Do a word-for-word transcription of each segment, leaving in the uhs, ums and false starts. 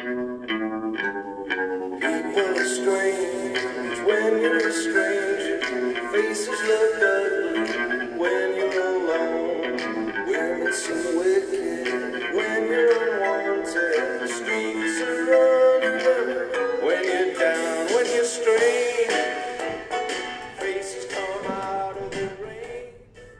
People are strange when you're a stranger. Faces look ugly when you're alone. Women seem wicked when you're unwanted. Streets are uneven when you're down, when you're strange. Faces come out of the rain.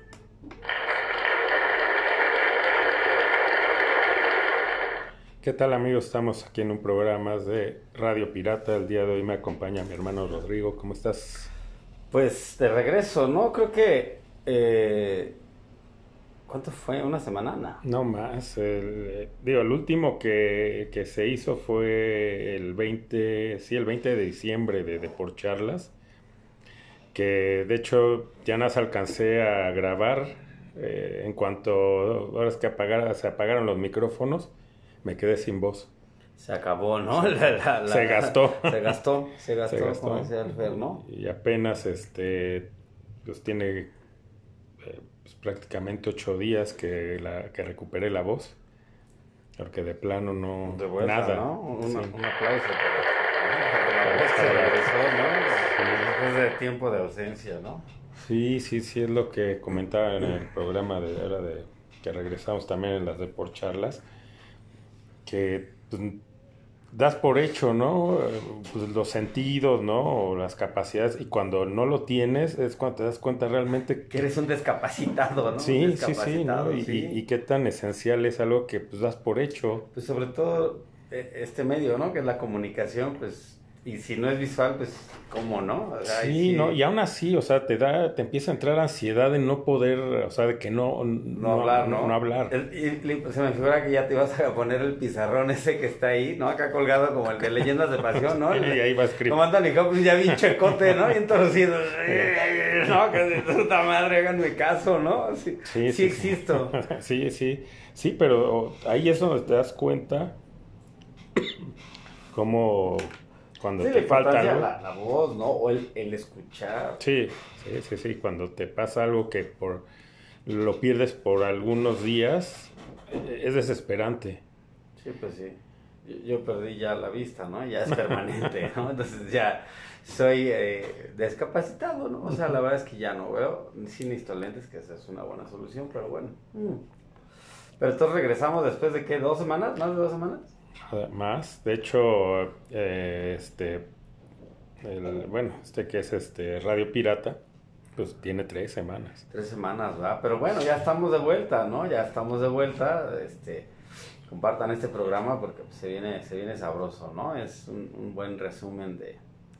¿Qué tal, amigos? Estamos aquí en un programa más de Radio Pirata. El día de hoy me acompaña mi hermano Rodrigo. ¿Cómo estás? Pues de regreso, ¿no? Creo que... Eh, ¿Cuánto fue? ¿Una semana? No. No más. El, digo, el último que, que se hizo fue el veinte, sí, el veinte de diciembre de, de Por Charlas. Que de hecho ya no alcancé a grabar. Eh, en cuanto ahora es que apagara, se apagaron los micrófonos, me quedé sin voz. Se acabó, ¿no? La, la, la, se gastó. Se gastó, se gastó, se gastó. Como decía el Fer, ¿no? Y apenas, este, pues tiene eh, pues, prácticamente ocho días que, la, que recuperé la voz. Porque de plano no... De vuelta, nada. ¿no? Un, Sí. un aplauso para la voz que regresó, ¿no? Después de tiempo de ausencia, ¿no? Sí, sí, sí, es lo que comentaba en el programa de, era de que regresamos también en las de Por Charlas, que pues, das por hecho, ¿no? Pues, los sentidos, ¿no? O las capacidades, y cuando no lo tienes es cuando te das cuenta realmente Que eres un discapacitado, ¿no? Sí, Un sí, sí, ¿no? Y, sí. y, y qué tan esencial es algo que pues das por hecho. Pues sobre todo eh, este medio, ¿no? Que es la comunicación, pues, y si no es visual, pues, ¿cómo no? O sea, Sí, sí, ¿no? Y aún así, o sea, te da, te empieza a entrar ansiedad de no poder, o sea, de que no, no, no hablar, ¿no? No, no hablar. El, y, y, se me figura que ya te ibas a poner el pizarrón ese que está ahí, ¿no? Acá colgado como el de Leyendas de Pasión, ¿no? El, y ahí va a escribir. Como Anthony Hopkins ya bien checote, ¿no? Bien torcido. No, que de puta madre, háganme caso, ¿no? Sí, sí, sí, sí existo. Sí, sí, sí, pero ahí es donde te das cuenta cómo... Cuando sí, te falta algo. La, la voz, ¿no? O el, el escuchar. Sí, sí, sí, sí. Cuando te pasa algo que por lo pierdes por algunos días, es desesperante. Sí, pues sí. Yo, yo perdí ya la vista, ¿no? Ya es permanente, ¿no? Entonces ya soy eh, discapacitado, ¿no? O sea, la verdad es que ya no veo. Sí necesito lentes, que esa es una buena solución, pero bueno. Mm. Pero entonces regresamos después de, ¿qué? ¿Dos semanas? ¿Más de dos semanas? Más, de hecho, eh, este, el, bueno, este que es este Radio Pirata, pues tiene tres semanas. Tres semanas, ¿verdad? Pero bueno, ya estamos de vuelta, ¿no? Ya estamos de vuelta, este, compartan este programa porque pues, se viene, se viene sabroso, ¿no? Es un, un buen resumen de,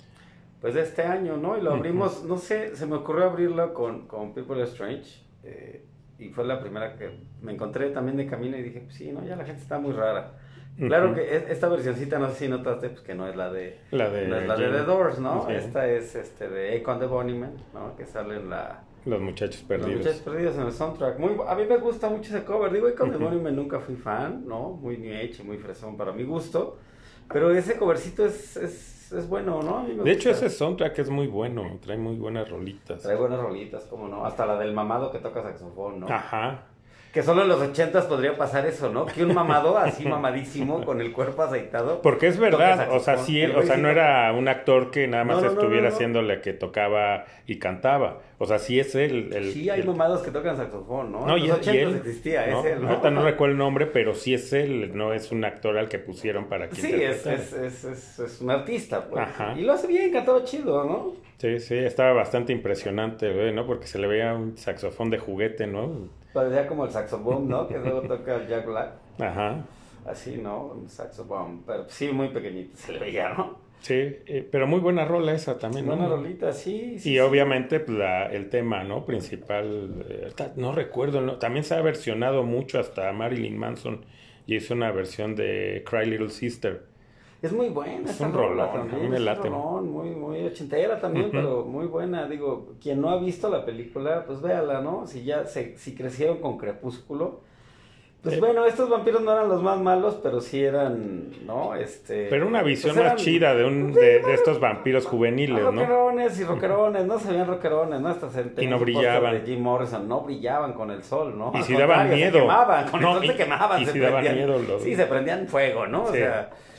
pues de este año, ¿no? Y lo abrimos, no sé, se me ocurrió abrirlo con, con People Strange, eh, y fue la primera que me encontré también de camino y dije, pues sí, ¿no? Ya la gente está muy rara. Claro uh-huh. que esta versioncita, no sé si notaste, pues que no es la de, la de, no es la de The Doors, ¿no? Sí. Esta es este de Akon the Bunnymen, ¿no? Que sale en la... Los Muchachos Perdidos. Los Muchachos Perdidos en el soundtrack. Muy, a mí me gusta mucho ese cover. Digo, Akon uh-huh. the Bunnymen nunca fui fan, ¿no? Muy new age, muy fresón para mi gusto. Pero ese covercito es, es, es bueno, ¿no? A mí me de gusta. hecho, ese soundtrack es muy bueno. Trae muy buenas rolitas. Trae buenas rolitas, ¿cómo no? Hasta la del mamado que toca saxofón, ¿no? Ajá. Que solo en los ochentas podría pasar eso, ¿no? Que un mamado así mamadísimo con el cuerpo aceitado. Porque es verdad, o sea, sí, o sea, no era un actor que nada más no, no, no, estuviera no, no. haciéndole que tocaba y cantaba. O sea, sí es él. El, sí, hay el... mamados que tocan saxofón, ¿no? No, en y los es y ochentas él, existía, ¿no? es él, ¿no? Ahorita no recuerdo el nombre, pero sí es él, no es un actor al que pusieron para que sí, es, es, es, es, es un artista, pues. Ajá. Y lo hace bien, cantaba chido, ¿no? Sí, sí, estaba bastante impresionante, ¿no? Porque se le veía un saxofón de juguete, ¿no? Parecía como el saxofón, ¿no? Que luego toca Jack Black. Ajá. Así, ¿no? Un saxofón, pero sí, muy pequeñito se le veía, ¿no? Sí, eh, pero muy buena rola esa también, ¿no? Buena rolita, sí. sí y sí. obviamente pues, la, el tema, ¿no? Principal, eh, no recuerdo, ¿no? También se ha versionado mucho hasta Marilyn Manson y hizo una versión de Cry Little Sister. Es muy buena es esa un rola rolón, también, a mí me late. Es un rolón, muy, muy ochentera también, uh-huh. pero muy buena. Digo, quien no ha visto la película, pues véala, ¿no? Si ya se, si crecieron con Crepúsculo, pues eh, bueno, estos vampiros no eran los más malos, pero sí eran, ¿no? Este, pero una visión pues más eran, chida de, un, de, de estos vampiros juveniles, ¿no? Rockerones y rockerones, no se veían rockerones, ¿no? Estas y no brillaban. De Jim Morrison, no brillaban con el sol, ¿no? Y si daban miedo. Se quemaban, con no, el sol y, se quemaban. Y se si daban prendían, miedo. Los... Sí, se prendían fuego, ¿no? O sí. sea...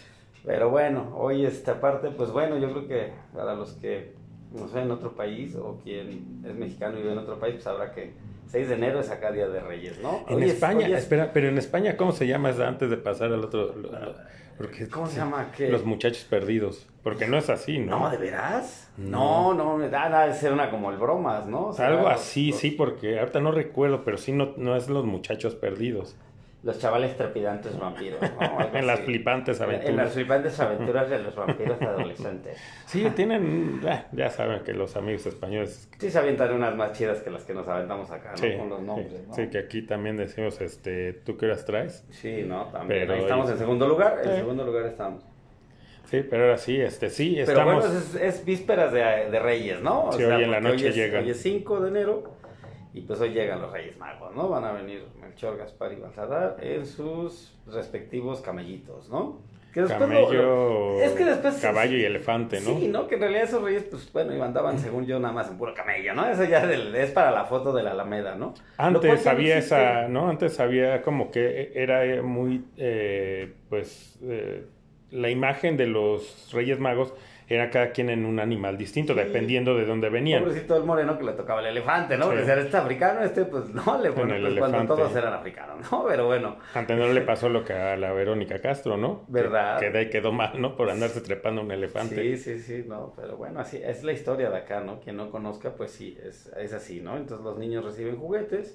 Pero bueno, hoy esta parte, pues bueno, yo creo que para los que nos ven en otro país o quien es mexicano y vive en otro país, pues habrá que seis de enero es acá Día de Reyes, ¿no? En Hoy es- España, hoy es- espera, pero en España, ¿cómo se llama esa antes de pasar al otro? lo- lo- porque ¿Cómo se llama? ¿Qué? Los muchachos perdidos. Porque no es así, ¿no? No, ¿de veras? No. No, no, ah, debe ser una como el bromas, ¿no? O sea, Algo los- así, los- sí, porque ahorita no recuerdo, pero sí no, no es los muchachos perdidos. Los chavales trepidantes vampiros, ¿no? Algo En las así. flipantes En- En las aventuras. flipantes aventuras de los vampiros adolescentes. Sí, tienen, ah, ya saben que los amigos españoles, Sí se avientan unas más chidas que las que nos aventamos acá, ¿no? sí, Con los nombres, sí, ¿no? sí, que aquí también decimos, este, ¿tú qué horas traes? Sí, ¿no? También. Pero Ahí estamos hoy- en segundo lugar, en Sí. segundo lugar estamos. Sí, pero ahora sí, este, sí, Pero estamos... bueno, es, es vísperas de, de Reyes, ¿no? O Sí, hoy en la porque noche hoy es, llegan. Hoy es cinco de enero y pues hoy llegan los Reyes Magos, ¿no? Van a venir Melchor, Gaspar y Baltasar en sus respectivos camellitos, ¿no? Que después lo- Camello, lo- es que después caballo y elefante, ¿no? Sí, ¿no? Que en realidad esos reyes, pues bueno, iban andaban según yo nada más en puro camello, ¿no? Eso ya del- es para la foto de la Alameda, ¿no? Lo cual Antes ya no había existe. esa, ¿no? Antes había como que era muy, eh, pues, eh, la imagen de los Reyes Magos era cada quien en un animal distinto, Sí. dependiendo de dónde venían. Pobrecito el moreno que le tocaba el elefante, ¿no? Sí. Porque si era este africano, este pues no, le En bueno, el pues, cuando elefante. todos eran africanos, ¿no? Pero bueno, Antes no le pasó lo que a la Verónica Castro, ¿no? ¿Verdad? Que, que de ahí quedó mal, ¿no? Por andarse trepando a un elefante. sí, sí, sí, no, pero bueno, así es la historia de acá, ¿no? Quien no conozca, pues sí, es, es así, ¿no? Entonces los niños reciben juguetes,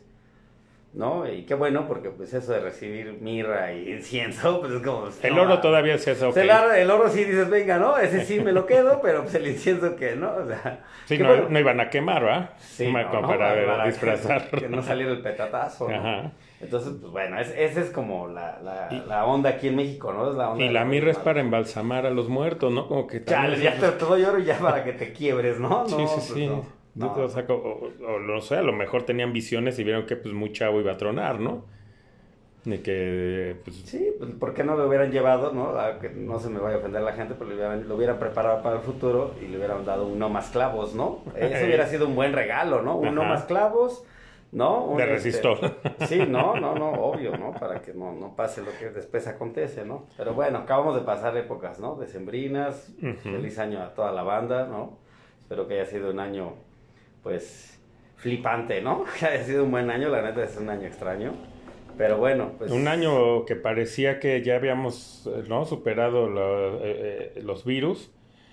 ¿no? Y qué bueno, porque pues eso de recibir mirra y incienso, pues es como... pues, El no, oro ah, todavía se hace ok. pues, el, ar- el oro sí dices, venga, ¿no? Ese sí me lo quedo, pero pues el incienso que, ¿no? O sea... Sí, qué no, bueno. no iban a quemar, ¿va? Sí, Ma- no, como no, para, para que- disfrazar. Que, no saliera el petatazo, ¿no? Ajá. Entonces, pues bueno, es, esa es como la, la, Y- la onda aquí en México, ¿no? Es la onda Y de la los mirra es animales. para embalsamar a los muertos, ¿no? Como que Chale, también- ya te todo lloro ya para que te quiebres, ¿no? No, Sí, sí, pues sí. no, no. O, sea, o, o no sé, a lo mejor tenían visiones y vieron que pues muy chavo iba a tronar, ¿no? De que, pues, Sí, pues ¿por qué no lo hubieran llevado, no? A que no se me vaya a ofender la gente, pero lo hubieran, lo hubieran preparado para el futuro y le hubieran dado un no más clavos, ¿no? Eso hubiera sido un buen regalo, ¿no? Un no Ajá. más clavos, ¿no? Un, de este, resistor. Sí, no, no, no, obvio, ¿no? Para que no, no pase lo que después acontece, ¿no? Pero bueno, acabamos de pasar épocas, ¿no? Decembrinas, Ujú. feliz año a toda la banda, ¿no? Espero que haya sido un año, pues, flipante, ¿no? Que haya sido un buen año, la neta es un año extraño. Pero bueno, pues... Un año que parecía que ya habíamos, eh, ¿no? Superado lo- eh, eh, los virus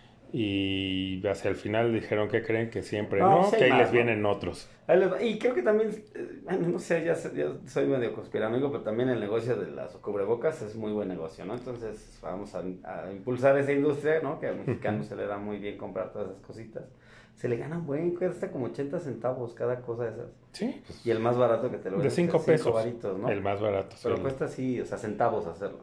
y hacia el final dijeron que creen que siempre, No, ¿no? sí hay Que ahí más, les ¿no? vienen otros. Ahí les va. Y creo que también, eh, bueno, no sé, ya, sé- ya soy medio conspiranoico, pero también el negocio de las cubrebocas es muy buen negocio, ¿no? Entonces vamos a, a impulsar esa industria, ¿no? Que al mexicano se le da muy bien comprar todas esas cositas. Se le ganan buen, cuesta como ochenta centavos cada cosa de esas. Sí, pues, Y el más barato que te lo de venden, cinco cinco pesos. varitos, ¿no? El más barato. Pero sí. cuesta así, o sea, centavos hacerlo.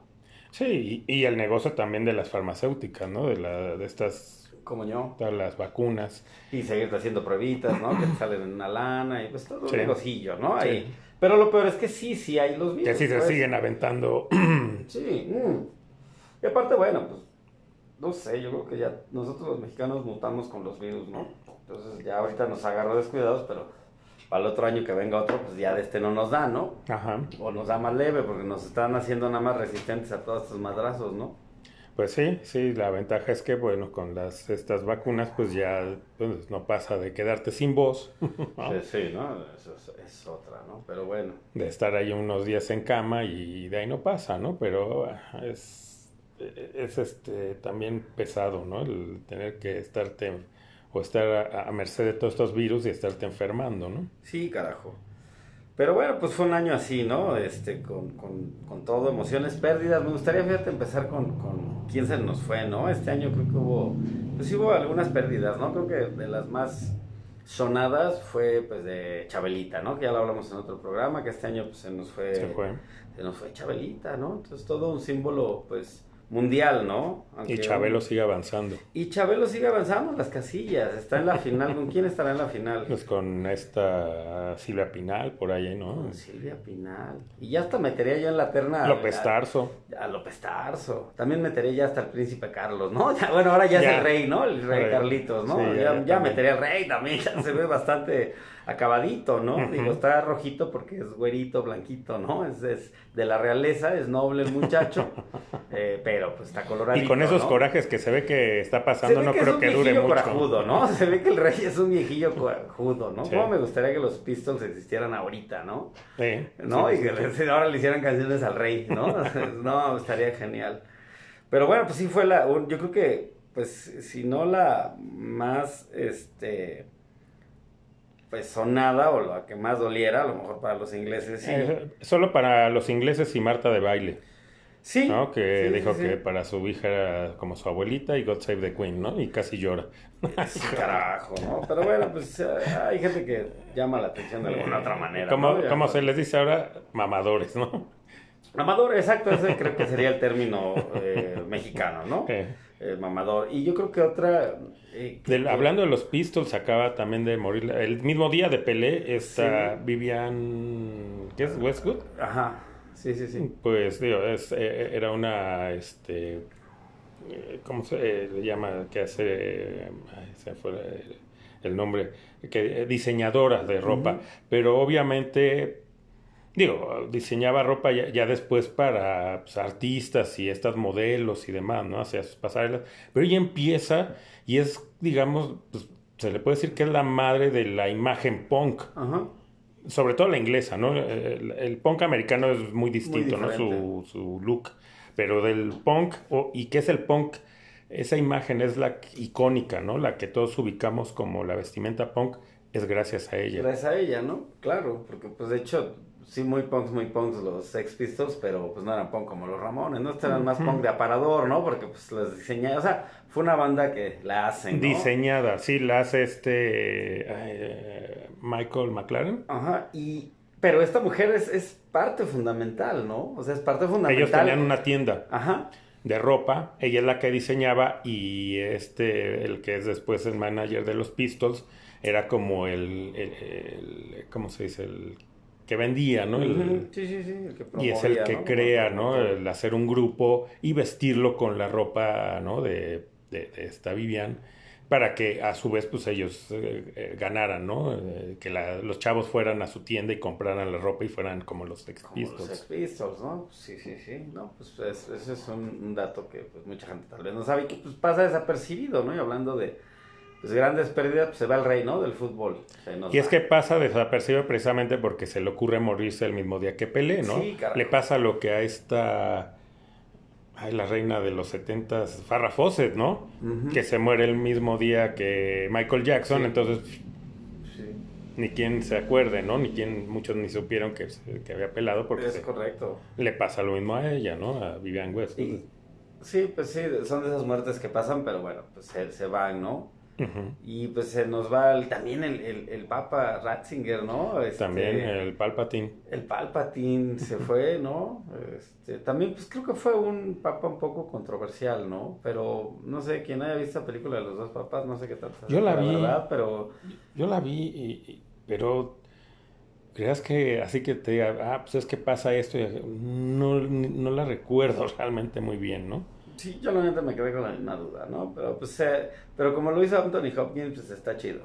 Sí, y, y el negocio también de las farmacéuticas, ¿no? De, la, de estas, Como yo. todas las vacunas. Y seguir haciendo pruebitas, ¿no? Que te salen en una lana y pues todo Sí. un negocillo, ¿no? Ahí. Sí. Pero lo peor es que sí, sí hay los virus. Que sí se pues. siguen aventando. Sí. mm. Y aparte, bueno, pues, no sé, yo creo que ya nosotros los mexicanos mutamos con los virus, ¿no? Entonces ya ahorita nos agarró descuidados, pero para el otro año que venga otro, pues ya de este no nos da, ¿no? Ajá. O nos da más leve, porque nos están haciendo nada más resistentes a todos estos madrazos, ¿no? Pues sí, sí, la ventaja es que, bueno, con las estas vacunas, pues ya pues, no pasa de quedarte sin voz, ¿no? Sí, sí, ¿no? Eso es, es otra, ¿no? Pero bueno. De estar ahí unos días en cama y de ahí no pasa, ¿no? Pero ah, es, es este también pesado, ¿no? El tener que estarte o estar a, a merced de todos estos virus y estarte enfermando, ¿no? Sí, carajo. Pero bueno, pues fue un año así, ¿no? Este, con, con, con todo, emociones, pérdidas. Me gustaría, fíjate, empezar con, con quién se nos fue, ¿no? Este año creo que hubo, pues sí hubo algunas pérdidas, ¿no? Creo que de las más sonadas fue, pues, de Chabelita, ¿no? Que ya lo hablamos en otro programa, que este año, pues, se nos fue... Se fue. Se nos fue Chabelita, ¿no? Entonces, todo un símbolo, pues, mundial, ¿no? Aunque Y Chabelo sigue avanzando. Y Chabelo sigue avanzando en las casillas, está en la final. ¿Con quién estará en la final? Pues con esta Silvia Pinal por ahí, ¿no? Con Silvia Pinal. Y ya hasta metería yo en la terna... López a- Tarso. A López Tarso. También metería ya hasta el príncipe Carlos, ¿no? Ya, bueno, ahora ya, Ya. es el rey, ¿no? El rey Ahora ya. Carlitos, ¿no? Sí, ya, ya ya también. metería al rey también. Ya se ve bastante acabadito, ¿no? Uh-huh. Digo, está rojito porque es güerito, blanquito, ¿no? Es, es de la realeza, es noble el muchacho, eh, pero pues está coloradito, y con esos ¿no? corajes que se ve que está pasando, no que creo que dure mucho. Corajudo, ¿no? Se ve que el rey es un viejillo corajudo, ¿no? Sí. Cómo me gustaría que los Pistols existieran ahorita, ¿no? Sí, ¿No? sí, y que sí, sí. ahora le hicieran canciones al rey, ¿no? No, estaría genial. Pero bueno, pues sí fue la, un, yo creo que, pues, si no la más, este, pues sonada o la que más doliera, a lo mejor para los ingleses, sí. Eh, solo para los ingleses y Marta de Baile, Sí. ¿no? Que sí, dijo sí, que sí. para su hija era como su abuelita y God Save the Queen, ¿no? Y casi llora. Sí, carajo, ¿no? Pero bueno, pues eh, hay gente que llama la atención de alguna otra manera. ¿Cómo, ¿no? Ya, cómo pues, se les dice ahora? Mamadores, ¿no? Mamador, exacto, ese creo que sería el término eh, mexicano, ¿no? Eh, El mamador. Y yo creo que otra... eh, que- del- hablando de los Pistols, acaba también de morir el mismo día de Pelé, esta Sí. Vivian, ¿qué es? Westwood. Ajá, sí, sí, sí. Pues digo, es, eh, era una, este, eh, ¿cómo se eh, le llama? Que hace, eh, ay, se fue el, el nombre, que eh, diseñadora de ropa, Ujú. pero obviamente, digo, diseñaba ropa ya, ya después para pues, artistas y estas modelos y demás, ¿no? Hacía sus pasarelas, pero ella empieza y es, digamos, pues, se le puede decir que es la madre de la imagen punk. Ajá. Sobre todo la inglesa, ¿no? El, el punk americano es muy distinto, ¿no? diferente. Su, su look. Pero del punk, o- ¿y qué es el punk? Esa imagen es la icónica, ¿no? La que todos ubicamos como la vestimenta punk, es gracias a ella. Gracias a ella, ¿no? Claro, porque pues de hecho, sí muy punks, muy punks los Sex Pistols, pero pues no eran punk como los Ramones, ¿no? Estos eran más punk de aparador, ¿no? Porque pues los diseñaron, o sea, fue una banda que la hacen, ¿no? Diseñada, sí, la hace este ay, eh, Michael McLaren. Ajá, y... Pero esta mujer es, es parte fundamental, ¿no? O sea, es parte fundamental. Ellos tenían una tienda Ajá. de ropa, ella es la que diseñaba y este, el que es después el manager de los Pistols, era como el, el, el- ¿cómo se dice? El que vendía, ¿no? El- Ujú, sí, sí, sí. El que y es el promovía, que ¿no? crea, Como ¿no? promotor. El hacer un grupo y vestirlo con la ropa, ¿no? De, de, de esta Vivian, para que a su vez, pues ellos eh, eh, ganaran, ¿no? Eh, que la- los chavos fueran a su tienda y compraran la ropa y fueran como los Sex Como los Pistols. Sex Pistols, ¿no? Sí, sí, sí. No, pues es- ese es un, un dato que pues mucha gente tal vez no sabe y que pues pasa desapercibido, ¿no? Y hablando de pues, grandes pérdidas, pues se va el rey, ¿no? Del fútbol. Se nos Y es va. que pasa desapercibido precisamente porque se le ocurre morirse el mismo día que Pelé, ¿no? Sí, carajo. Le pasa lo que a esta... Ay, la reina de los setentas, Farrah Fawcett, ¿no? Ujú. Que se muere el mismo día que Michael Jackson, Sí. entonces Sí, ni quien se acuerde, ¿no? Ni quien, muchos ni supieron que, que había pelado porque es se- correcto. le pasa lo mismo a ella, ¿no? A Vivian West. Y, sí, pues sí, son de esas muertes que pasan, pero bueno, pues se, se van, ¿no? Ujú. Y pues se nos va el- también el, el, el Papa Ratzinger, ¿no? Este, También el Palpatine. El Palpatine se fue, ¿no? Este, también, pues creo que fue un papa un poco controversial, ¿no? Pero no sé, quien haya visto la película de los dos papas, no sé qué tanto. Yo la vi. verdad, pero Yo la vi, y- y- pero creas que así que te diga, ah, pues es que pasa esto, y no, no la recuerdo realmente muy bien, ¿no? sí, yo la neta me quedé con la misma duda, ¿no? Pero pues, eh, pero como lo hizo Anthony Hopkins, pues está chido.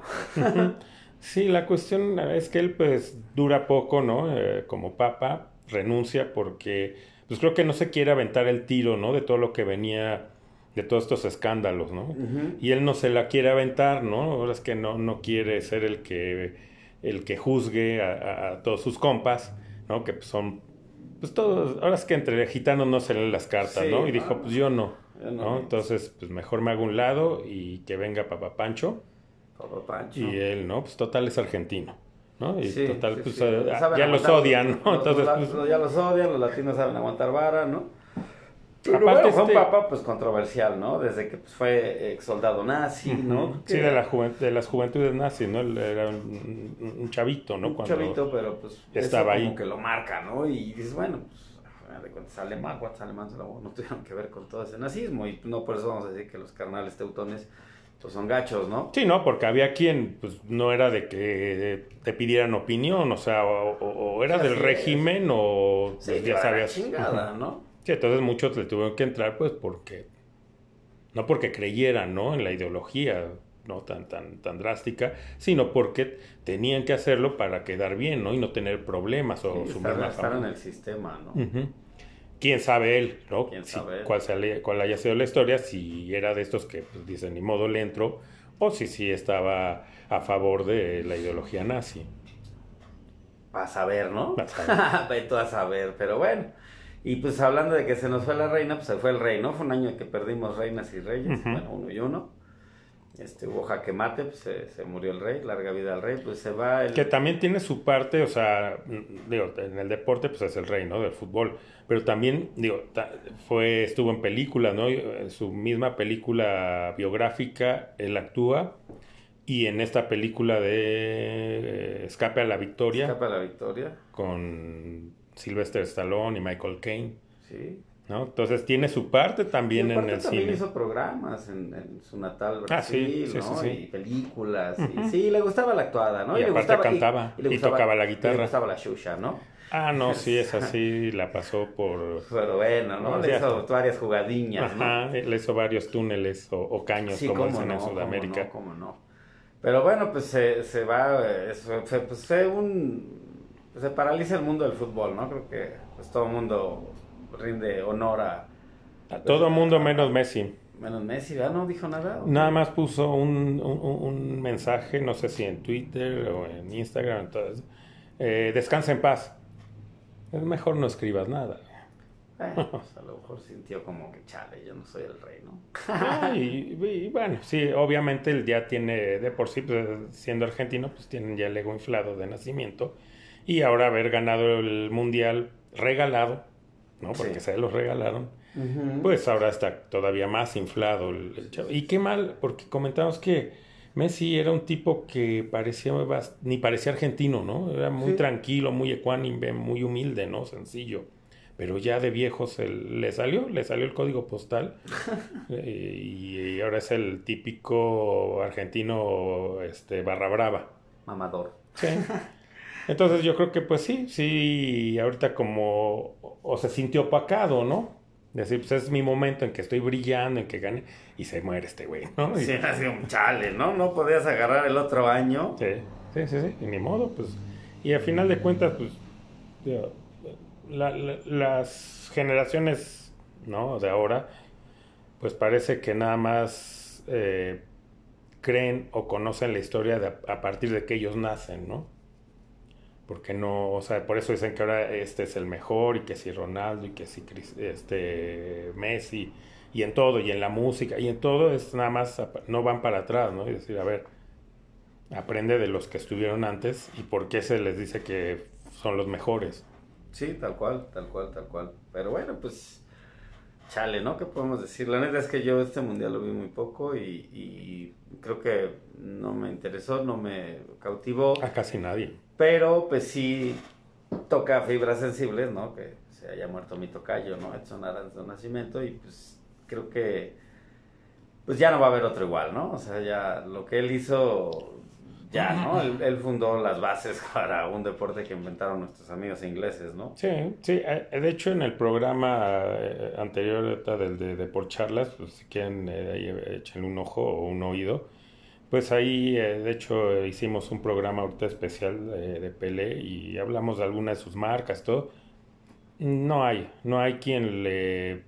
Sí, la cuestión es que él pues dura poco, ¿no? Eh, como papa, renuncia porque pues creo que no se quiere aventar el tiro, ¿no? De todo lo que venía, de todos estos escándalos, ¿no? Ujú. Y él no se la quiere aventar, ¿no? Ahora es que no, no quiere ser el que, el que juzgue a, a- a todos sus compas, ¿no? Que pues, son, pues todos, ahora es que entre gitanos no se leen las cartas, Sí, ¿no? Y ¿no? dijo, pues yo no, Yo no. ¿no? Entonces, pues mejor me hago un lado y que venga Papá Pancho. Papa Pancho. Y él, ¿no? Pues total es argentino, ¿no? Y Sí, total, sí, pues sí. eh, Saben ya los aguantar, odian, ¿no? los- Entonces, los- pues, ya los odian, los latinos saben aguantar vara, ¿no? Pero Aparte bueno, fue un este- papa pues controversial, ¿no? Desde que pues, fue ex soldado nazi, ¿no? sí, de, la juven- de las juventudes nazis, ¿no? Él era un, un- un chavito, ¿no? Un Cuando chavito, pero pues estaba eso como ahí. que lo marca, ¿no? Y dices, bueno, pues a final de cuentas alemán, cuántos alemanes no tuvieron que ver con todo ese nazismo y no por eso vamos a decir que los carnales teutones pues son gachos, ¿no? Sí, ¿no? Porque había quien, pues, no era de que te pidieran opinión, o sea, o, o- o era Sí, del así régimen o Sí, pues, ya la sabías. chingada, ¿no? Sí, entonces muchos le tuvieron que entrar, pues, porque, no porque creyeran, ¿no? En la ideología, no tan, tan, tan drástica, sino porque tenían que hacerlo para quedar bien, ¿no? Y no tener problemas o Sí, su estar, misma estar en familia. el sistema, ¿no? Ujú. ¿Quién sabe él, ¿no? ¿Quién Si- sabe él? cuál, sale- cuál haya sido la historia, si era de estos que pues, dicen ni modo le entro, o si sí estaba a favor de la ideología nazi. A saber, ¿no? A saber. Ve tú a saber, pero bueno. Y pues hablando de que se nos fue la reina, pues se fue el rey, ¿no? Fue un año en que perdimos reinas y reyes, Ujú. bueno, uno y uno. Este, hubo jaque mate, pues se, se murió el rey, larga vida al rey, pues se va el... Que también tiene su parte, o sea, mm, digo, en el deporte pues es el rey, ¿no? Del fútbol, pero también, digo, ta- fue, estuvo en películas, ¿no? En su misma película biográfica, él actúa, y en esta película de eh, Escape a la Victoria, Escapa a la victoria, con Sylvester Stallone y Michael Caine, sí. ¿no? Entonces tiene su parte también Y en aparte el también cine. hizo programas en, en su natal Ah, sí, Brasil, sí, sí, ¿no? sí. Y películas, y Ujú. sí, le gustaba la actuada, ¿no? Y le aparte gustaba, cantaba, le y gustaba- tocaba la y guitarra. le gustaba la Xuxa, ¿no? Ah, no, sí, es así, la pasó por... Pero bueno, ¿no? No, Le ya hizo está. varias jugadiñas, ¿no? Ajá, le hizo varios túneles o, o caños, Sí, como cómo dicen no, en cómo Sudamérica. no, cómo no. Pero bueno, pues se, se va, eh, eso, fue, pues fue un... pues se paraliza el mundo del fútbol, ¿no? Creo que pues todo el mundo rinde honor a... A todo mundo menos Messi. Menos Messi, ¿verdad? No dijo nada. ¿o Nada qué? más puso un, un, un mensaje, no sé si en Twitter o en Instagram, entonces, eh, descansa en paz. Es mejor no escribas nada. Eh, pues a lo mejor sintió como que chale, yo no soy el rey, ¿no? Ah, y, y bueno, sí, obviamente él ya tiene, de por sí, pues, siendo argentino, pues tienen ya el ego inflado de nacimiento. Y ahora haber ganado el mundial regalado, ¿no? Porque Sí. se los regalaron. Ujú. Pues ahora está todavía más inflado el, el chavo. Y qué mal, porque comentamos que Messi era un tipo que parecía bast- ni parecía argentino, ¿no? Era muy Sí. tranquilo, muy ecuánime, muy humilde, ¿no? Sencillo. Pero ya de viejo se le salió, le salió el código postal. eh, y, y ahora es el típico argentino este, barra brava. Mamador. Sí. Entonces yo creo que pues sí, sí, ahorita como o, o se sintió opacado, ¿no? Decir, pues es mi momento en que estoy brillando, en que gane, y se muere este güey, ¿no? Y- Sí, ha sido un chale, ¿no? No podías agarrar el otro año. sí, sí, sí, sí, y ni modo, pues. Y al final de cuentas, pues, digo, la- la- las generaciones, ¿no? De ahora, pues parece que nada más eh, creen o conocen la historia de, a partir de que ellos nacen, ¿no? Porque no, o sea, por eso dicen que ahora este es el mejor y que si Ronaldo y que si Cris- este Messi y en todo y en la música y en todo es nada más apa- no van para atrás, ¿no? Y decir, a ver, aprende de los que estuvieron antes y por qué se les dice que son los mejores. Sí, tal cual, tal cual, tal cual. Pero bueno, pues chale, ¿no? ¿Qué podemos decir? La neta es que yo este mundial lo vi muy poco y, y creo que no me interesó, no me cautivó. A casi nadie. Pero pues sí toca fibras sensibles, ¿no? Que se haya muerto mi tocayo, ¿no? Edson Arantes de Nacimiento y pues creo que pues ya no va a haber otro igual, ¿no? O sea, ya lo que él hizo, ya, ¿no? Él, él fundó las bases para un deporte que inventaron nuestros amigos ingleses, ¿no? Sí, sí. eh, De hecho, en el programa eh, anterior ahorita del de, de por charlas, pues si quieren eh, ahí, eh, échenle un ojo o un oído. Pues ahí, eh, de hecho, eh, hicimos un programa ahorita especial eh, de Pelé y hablamos de algunas de sus marcas, todo. No hay, no hay quien le,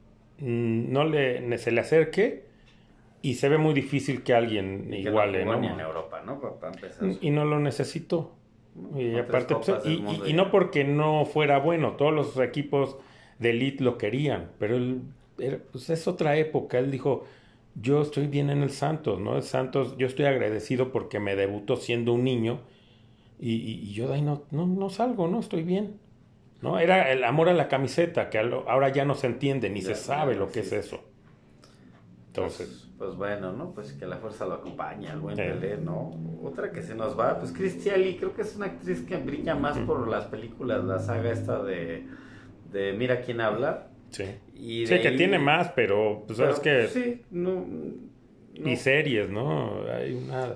mm, no le, ne- se le acerque y se ve muy difícil que alguien Y que iguale, no jugó ¿no? ni en Europa, ¿no? Para, para empezar. Y no lo necesitó. Y Con aparte, tres pues, copas y, del mundo y- y ya. no porque no fuera bueno, todos los equipos de elite lo querían, pero él, era- pues es otra época. Él dijo, yo estoy bien en el Santos, ¿no? El Santos, yo estoy agradecido porque me debutó siendo un niño y, y- y yo de ahí no, no, no salgo, ¿no? Estoy bien, ¿no? Era el amor a la camiseta, que a lo- ahora ya no se entiende ni Ya, se sabe ya no lo que es existe. eso. Entonces, Pues, pues bueno, ¿no? Pues que la fuerza lo acompañe, al buen Sí. Pelé, ¿no? Otra que se nos va, pues Cristiali, creo que es una actriz que brilla más por las películas, la saga esta de, de Mira quién habla. sí. Y Sí, de que ahí- tiene más, pero pues pero, sabes que... Sí, no, no. Y series, ¿no? Hay una...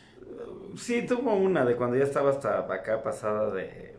Sí, tuvo una de cuando ya estaba hasta acá pasada de...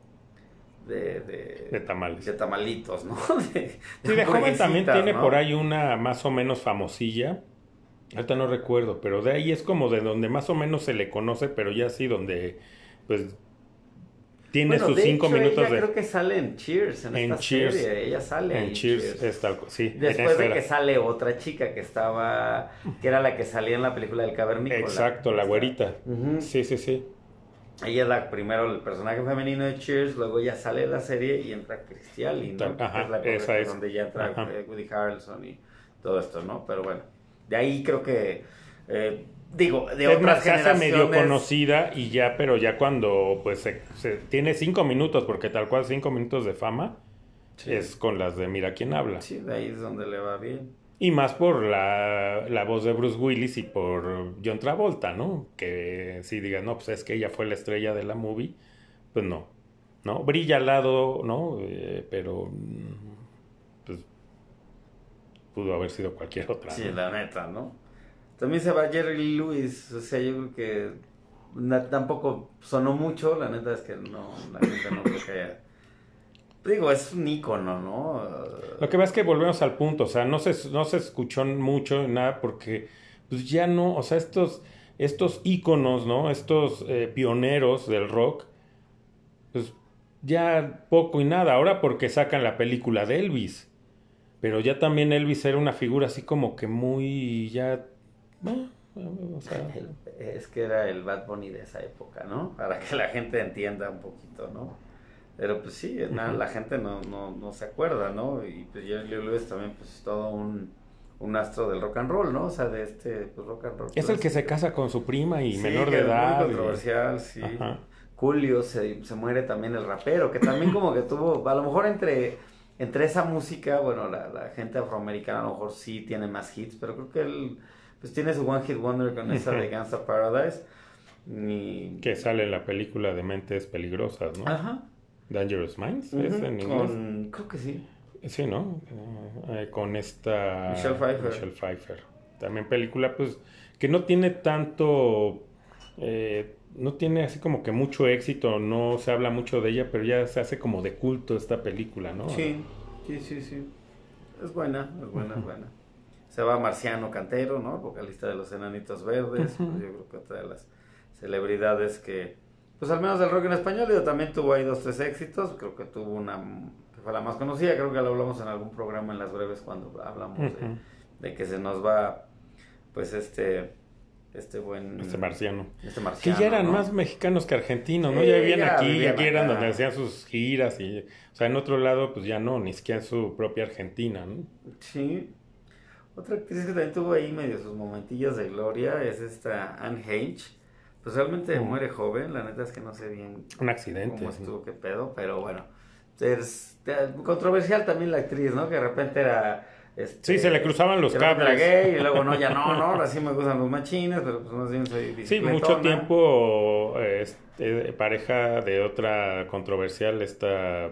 De, de, De tamales. de tamalitos, ¿no? De, Sí, de joven también hamburguesitas, tiene ¿no? por ahí una más o menos famosilla, Ahorita no recuerdo, pero de ahí es como de donde más o menos se le conoce, pero ya sí donde, pues, tiene Bueno, sus de cinco hecho, minutos ella de... creo que sale en Cheers, en, En esta Cheers. serie. Ella sale En en Cheers, Cheers. es tal, sí. Después de era. que sale otra chica que estaba, que era la que salía en la película del Cavernícola. Exacto, la Esta- güerita. Ujú. Sí, sí, sí. Ella es la, primero el personaje femenino de Cheers, luego ella sale de la serie y entra Christy Alley, ¿no? Ajá, Que es la esa correcta es. donde ya entra Ajá. eh, Woody Harrelson y todo esto, ¿no? Pero bueno, de ahí creo que, eh, digo, de Es otras más, se hace generaciones... medio conocida y ya, pero ya cuando pues se, se- tiene cinco minutos, porque tal cual cinco minutos de fama Sí. es con las de Mira quién habla. Sí, de ahí es donde le va bien. Y más por la, la voz de Bruce Willis y por John Travolta, ¿no? Que si digan, no, pues es que ella fue la estrella de la movie, pues no, ¿no? Brilla al lado, ¿no? Eh, pero, mm, pues, pudo haber sido cualquier otra. Sí, ¿no? la neta, ¿no? También se va Jerry Lee Lewis, o sea, yo creo que na- tampoco sonó mucho, la neta es que no, la gente no creo que haya... Digo, es un ícono, ¿no? Lo que pasa es que volvemos al punto, o sea, no se, no se escuchó mucho, nada, porque pues ya no, o sea, estos, estos íconos, ¿no? Estos eh, pioneros del rock, pues ya poco y nada, ahora porque sacan la película de Elvis, pero ya también Elvis era una figura así como que muy, ya, eh, o sea, El- es que era el Bad Bunny de esa época, ¿no? Para que la gente entienda un poquito, ¿no? Pero pues sí, na- la gente no, no, no se acuerda, ¿no? Y pues Jerry Lee Lewis también pues es todo un, un astro del rock and roll, ¿no? O sea, de este pues, rock and roll. es el que se casa con su prima y Sí, menor que de es edad. muy y- controversial, sí. Ajá. Julio se, se muere también el rapero, que también como que tuvo, a lo mejor entre, entre esa música, bueno, la, la gente afroamericana a lo mejor sí tiene más hits, pero creo que él pues tiene su One Hit Wonder con esa de Gangsta Paradise. Y... Que sale en la película de Mentes Peligrosas, ¿no? Ajá. Dangerous Minds, Ujú, ¿es en inglés? con, creo que sí. Sí, ¿no? Eh, con esta... Michelle Pfeiffer. Michelle Pfeiffer. También película, pues, que no tiene tanto... eh, no tiene así como que mucho éxito, no se habla mucho de ella, pero ya se hace como de culto esta película, ¿no? Sí, sí, sí, sí. Es buena, es buena, es buena. Se va Marciano Cantero, ¿no? Vocalista de los Enanitos Verdes. Pues yo creo que otra de las celebridades que, pues al menos del rock en español, digo, también tuvo ahí dos, tres éxitos. Creo que tuvo una que fue la más conocida. Creo que lo hablamos en algún programa en Las Breves cuando hablamos de, Ujú. de que se nos va, pues este, este buen... Este marciano. Este Que marciano, ya eran ¿no? más mexicanos que argentinos, ¿no? Sí, ya vivían ya aquí, vivían aquí eran acá. donde hacían sus giras y... O sea, en otro lado, pues ya no, ni siquiera en su propia Argentina, ¿no? Sí. Otra actriz que también tuvo ahí medio sus momentillos de gloria es esta Anne Heche. Pues realmente Mm. muere joven, la neta es que no sé bien Un accidente. cómo sí. estuvo, qué pedo, pero bueno. Es eh, controversial también la actriz, ¿no? Que de repente era... Este, Sí, se le cruzaban los de repente cables. era gay y luego no, ya no, no, ahora sí me gustan los machines, pero pues más bien soy Sí, bicicletona. mucho tiempo eh, este, pareja de otra controversial, esta,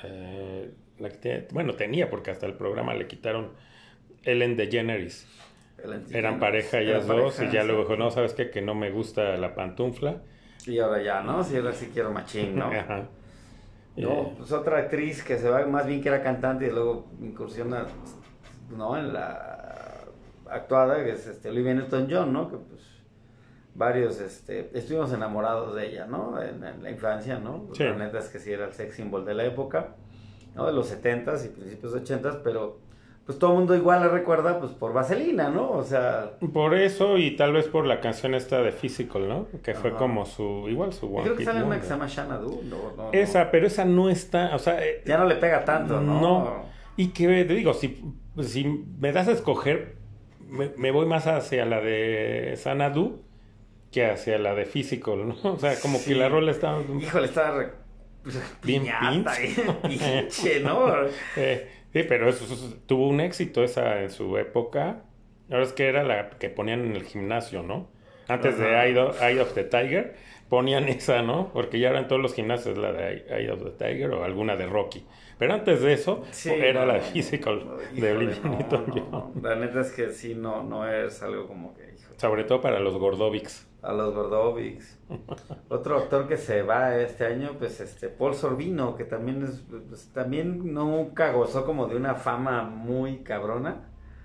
eh, la que tiene- bueno, tenía porque hasta el programa le quitaron Ellen DeGeneres. El anti- Eran pareja ellas eran dos pareja, y ya sí. luego dijo, no, ¿sabes qué? Que no me gusta la pantufla. Y ahora ya, ¿no? Sí, ahora sí quiero machín, ¿no? Ajá. No, Eh, pues otra actriz que se va más bien que era cantante y luego incursiona, ¿no? En la actuada, que es este, Olivia Newton-John, ¿no? Que pues varios, este, estuvimos enamorados de ella, ¿no? En, en la infancia, ¿no? Sí. La neta es que sí era el sex symbol de la época, ¿no? De los setentas y principios de ochentas, pero pues todo el mundo igual la recuerda pues por Vaselina, ¿no? O sea, por eso y tal vez por la canción esta de Physical, ¿no? Que fue Ajá. como su, igual su yo One creo que Hit sale una que Wonder. se llama Xanadu, ¿no? No, no. Esa, pero esa no está, o sea... eh, Ya no le pega tanto, ¿no? No. Y que te digo, si, si me das a escoger, me, me voy más hacia la de Xanadu que hacia la de Physical, ¿no? O sea, como Sí. que la rola está... Híjole, estaba re... Bien piñata, bien pinche, ¿no? Eh, sí, pero eso, eso tuvo un éxito esa en su época. Ahora es que era la que ponían en el gimnasio, ¿no? Antes Ajá. de Eye of, Eye of the Tiger, ponían esa, ¿no? Porque ya ahora en todos los gimnasios la de Eye of the Tiger o alguna de Rocky. Pero antes de eso, Sí, era no, la de no, Physical no, de híjole, Olivia no, Newton-John. no, no. La neta es que sí, no, no es algo como que, híjole. Sobre todo para los gordovics. A los Gordovics. Otro actor que se va este año, pues este Paul Sorvino, que también es, pues, también nunca gozó como de una fama muy cabrona,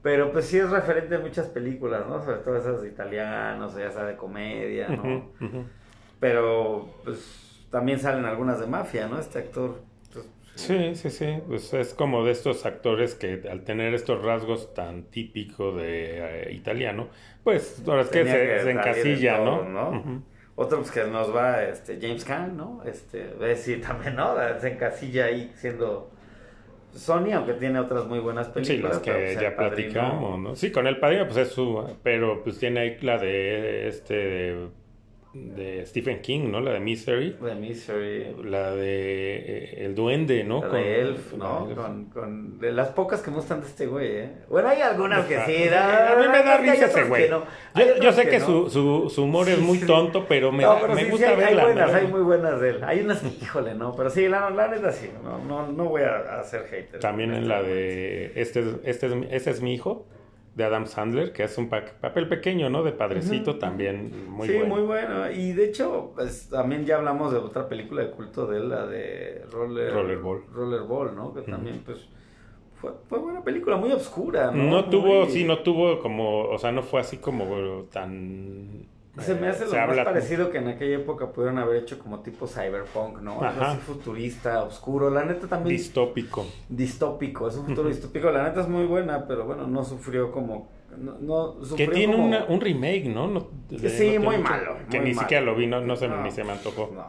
Pero pues sí es referente en muchas películas, ¿no? Sobre todo esas de italianos, o ya sea de comedia, ¿no? Ujú, ujú. Pero pues también salen algunas de mafia, ¿no? Este actor. Pues, Sí, sí, sí, pues es como de estos actores que al tener estos rasgos tan típicos de eh, italiano, pues ahora es que tenía se, que se salir en encasilla, todo, ¿no? ¿no? Ujú. Otro pues que nos va, este, James Caan, ¿no? Este, ve sí, también, ¿no? Se encasilla ahí siendo Sony, aunque tiene otras muy buenas Sí, películas. las que pero, pues, El ya Padrino- platicamos, ¿no? Sí, con el padrino pues es su, pero pues tiene ahí la de este de, de Stephen King, ¿no? La de Misery, The Misery, la de eh, El Duende, ¿no? la Con- de Elf, la ¿no? de Elf. Con, con de las pocas que me gustan de este güey, ¿eh? Bueno, hay algunas que sí. A da- mí me da hay risa ese otras güey. que no. Hay Yo, yo otras sé que no. su, su, su humor es Sí, muy sí. tonto, pero me, No, da- pero me sí, gusta sí, hay, verla. hay buenas, me- hay muy buenas de él. Hay unas que, híjole, no, pero sí, la, la neta sí, no, no, no voy a, a ser hater. También en este la momento. de este, es- este, es, mi- este es mi hijo, de Adam Sandler, que es un pa- papel pequeño, ¿no? De padrecito, Ujú. también muy sí, bueno. muy bueno. Y de hecho, pues, también ya hablamos de otra película de culto de él, la de Roller, Rollerball. Rollerball, ¿no? Que también, pues, fue, fue buena película, muy oscura, ¿no? No tuvo, Muy- sí, no tuvo como, o sea, no fue así como tan... Se me hace eh, lo se más habla- parecido que en aquella época pudieron haber hecho como tipo cyberpunk, ¿no? Algo Ajá. así futurista, oscuro. La neta también distópico. distópico, es un futuro distópico. La neta es muy buena, pero bueno, no sufrió como... No, no Que sufrió tiene como... una- un remake, ¿no? No- de- Sí, no tiene muy mucho- malo, Que muy ni malo. siquiera lo vi, no, no se, No, ni se me antojó. no.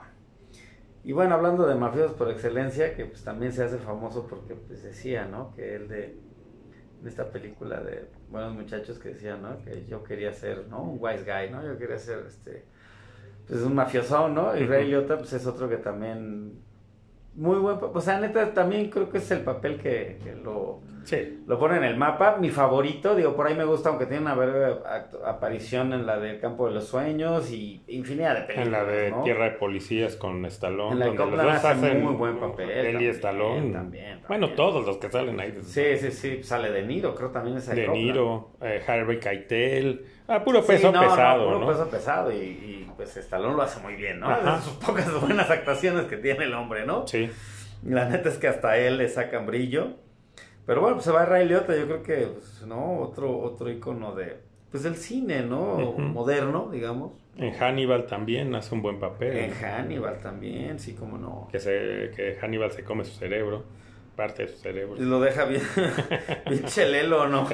Y bueno, hablando de mafiosos por excelencia, que pues también se hace famoso porque pues decía, ¿no? Que él de, de esta película de buenos muchachos que decía, ¿no? Que yo quería ser, ¿no? Un wise guy, ¿no? Yo quería ser, este, pues un mafioso, ¿no? Y Ujú. Ray Liotta, pues es otro que también, muy buen, pa- o sea, neta, también creo que es el papel que, que lo, Sí. lo pone en el mapa. Mi favorito, digo, por ahí me gusta, aunque tiene una breve act- aparición en la del Campo de los Sueños y infinidad de películas, En la de ¿no? Tierra de Policías con Stallone, En la de donde los Copland dos hace hacen muy buen papel, él y también, Stallone. también, también. Bueno, todos los que salen ahí. Sí, sí, sí, sale De Niro, creo también es De Niro, eh, Harvey Keitel, ah, puro Sí, peso no, pesado, no, ¿no? puro peso pesado y, y, pues Stallone lo hace muy bien, ¿no? Ajá. De sus pocas buenas actuaciones que tiene el hombre, ¿no? Sí. La neta es que hasta a él le sacan brillo. Pero bueno, pues se va Ray Liotta, yo creo que, pues, ¿no? Otro, otro ícono de, pues del cine, ¿no? Ujú. Moderno, digamos. En Hannibal también hace un buen papel. En Hannibal también, sí, como no. Que, se, que Hannibal se come su cerebro, parte de su cerebro. Y lo deja bien, bien chelelo, ¿no?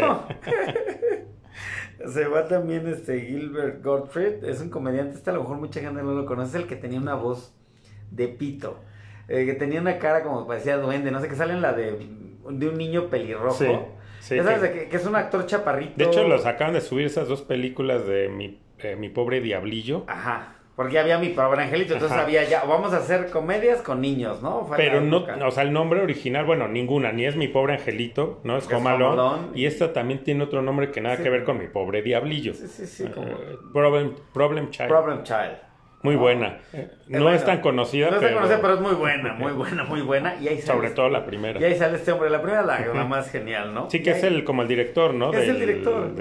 Se va también este Gilbert Gottfried, es un comediante, este a lo mejor mucha gente no lo conoce, es el que tenía una voz de pito, eh, que tenía una cara como parecía duende, no sé, que sale en la de, de un niño pelirrojo. Sí, sí, Ya sabes, que- de que, que es un actor chaparrito. De hecho, los acaban de subir esas dos películas de Mi, eh, mi pobre diablillo. Ajá, porque ya había mi pobre angelito, entonces Ajá. había ya, vamos a hacer comedias con niños, ¿no? Fue Pero la no, época. o sea, el nombre original, bueno, ninguna, ni es Mi pobre angelito, ¿no? Es Es Home Home Alone. Alone. Y esta también tiene otro nombre que nada Sí. que ver con Mi pobre diablillo. Sí, sí, sí, como Eh, Problem, Problem Child. Problem Child. Muy No. buena. Eh, no bueno, es tan conocida, No es tan pero, conocida, pero es muy buena, muy buena, muy buena. Y ahí sale, sobre todo la primera. y ahí sale este hombre. La primera, la, la más genial, ¿no? Sí, Y que es ahí- el como el director, ¿no? Es el Del- director.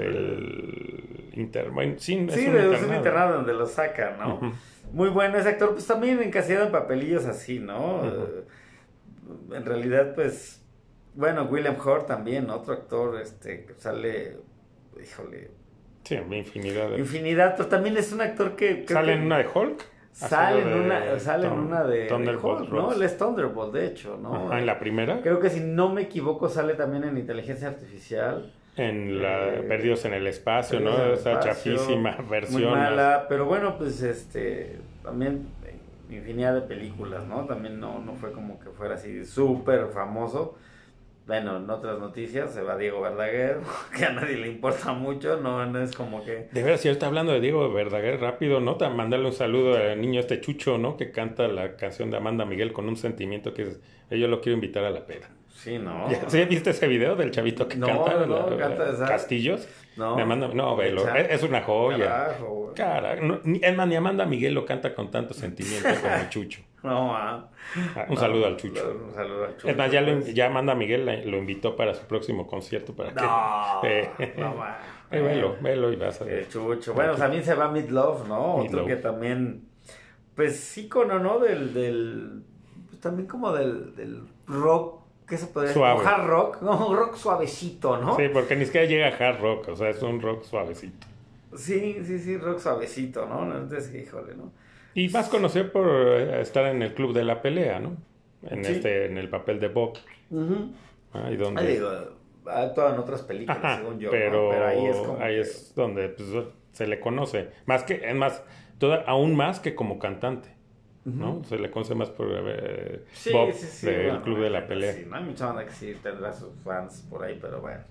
Del inter... bueno, sí, es Sí, un de un internado. internado donde lo saca, ¿no? Ujú. Muy bueno ese actor, pues también encasillado en papelillos así, ¿no? Ujú. Eh, En realidad, pues, bueno, William Hurt también, otro actor, este, que sale, híjole, Sí, infinidad de... infinidad, pero también es un actor que... creo ¿Sale que en una de Hulk? Sale en Haciendo de una, sale en Thun- una de, de Thunderbolt Hulk, ¿no? Ross. Él es Thunderbolt, de hecho, ¿no? Ajá, en la primera. Creo que si no me equivoco sale también en Inteligencia Artificial. En la Eh, Perdidos en el Espacio, Perdidos en ¿no? el Esa Espacio, chafísima versión. Muy mala, pero bueno, pues este, también eh, infinidad de películas, ¿no? También no, no fue como que fuera así súper famoso. Bueno, en otras noticias se va Diego Verdaguer, que a nadie le importa mucho, no, no es como que... De veras, si ahorita hablando de Diego Verdaguer, rápido, ¿no? Te- Mandarle un saludo al niño este Chucho, ¿no? Que canta la canción de Amanda Miguel con un sentimiento que es, eh, yo lo quiero invitar a la peda. Sí, ¿no? ¿Ya- ¿Sí viste ese video del chavito que No, canta? no, la- canta esa- Castillos. No. Me manda, no, velo, Echa- es, es una joya. Carajo, güey. Cara, no, ni- es más, ni Amanda Miguel lo canta con tanto sentimiento como el Chucho. No, ah. Ah, un saludo al Chucho. Un saludo al Chucho. Es más, ya, lo, pues. ya Amanda Miguel la- lo invitó para su próximo concierto para que... No, Eh, no, ma. eh, velo, velo y vas a ver. El Chucho. Bueno, también se va Meat Love, ¿no? Meat Otro Loaf. que también, pues ícono, ¿no? Del, del, pues también como del, del rock ¿qué se podría Suave. decir? Hard rock, no, un rock suavecito, ¿no? Sí, porque ni siquiera llega a hard rock, o sea, es un rock suavecito. Sí, sí, sí, rock suavecito, ¿no? Entonces, híjole, ¿no? Y más conocido por eh, estar en el club de la pelea, ¿no? En Sí. este, en el papel de Bob. Uh-huh. Ahí donde... Ah, digo, ha actuado en otras películas, Ajá, según yo, pero, ¿no? Pero ahí es como ahí que- es donde pues, se le conoce. Más que, es más, toda, aún más que como cantante, ¿no? Ujú. Se le conoce más por eh, Sí, Bob sí, sí. del bueno, club de la hay gente pelea. así, ¿no? Hay mucha banda que sí tendrá sus fans por ahí, pero bueno,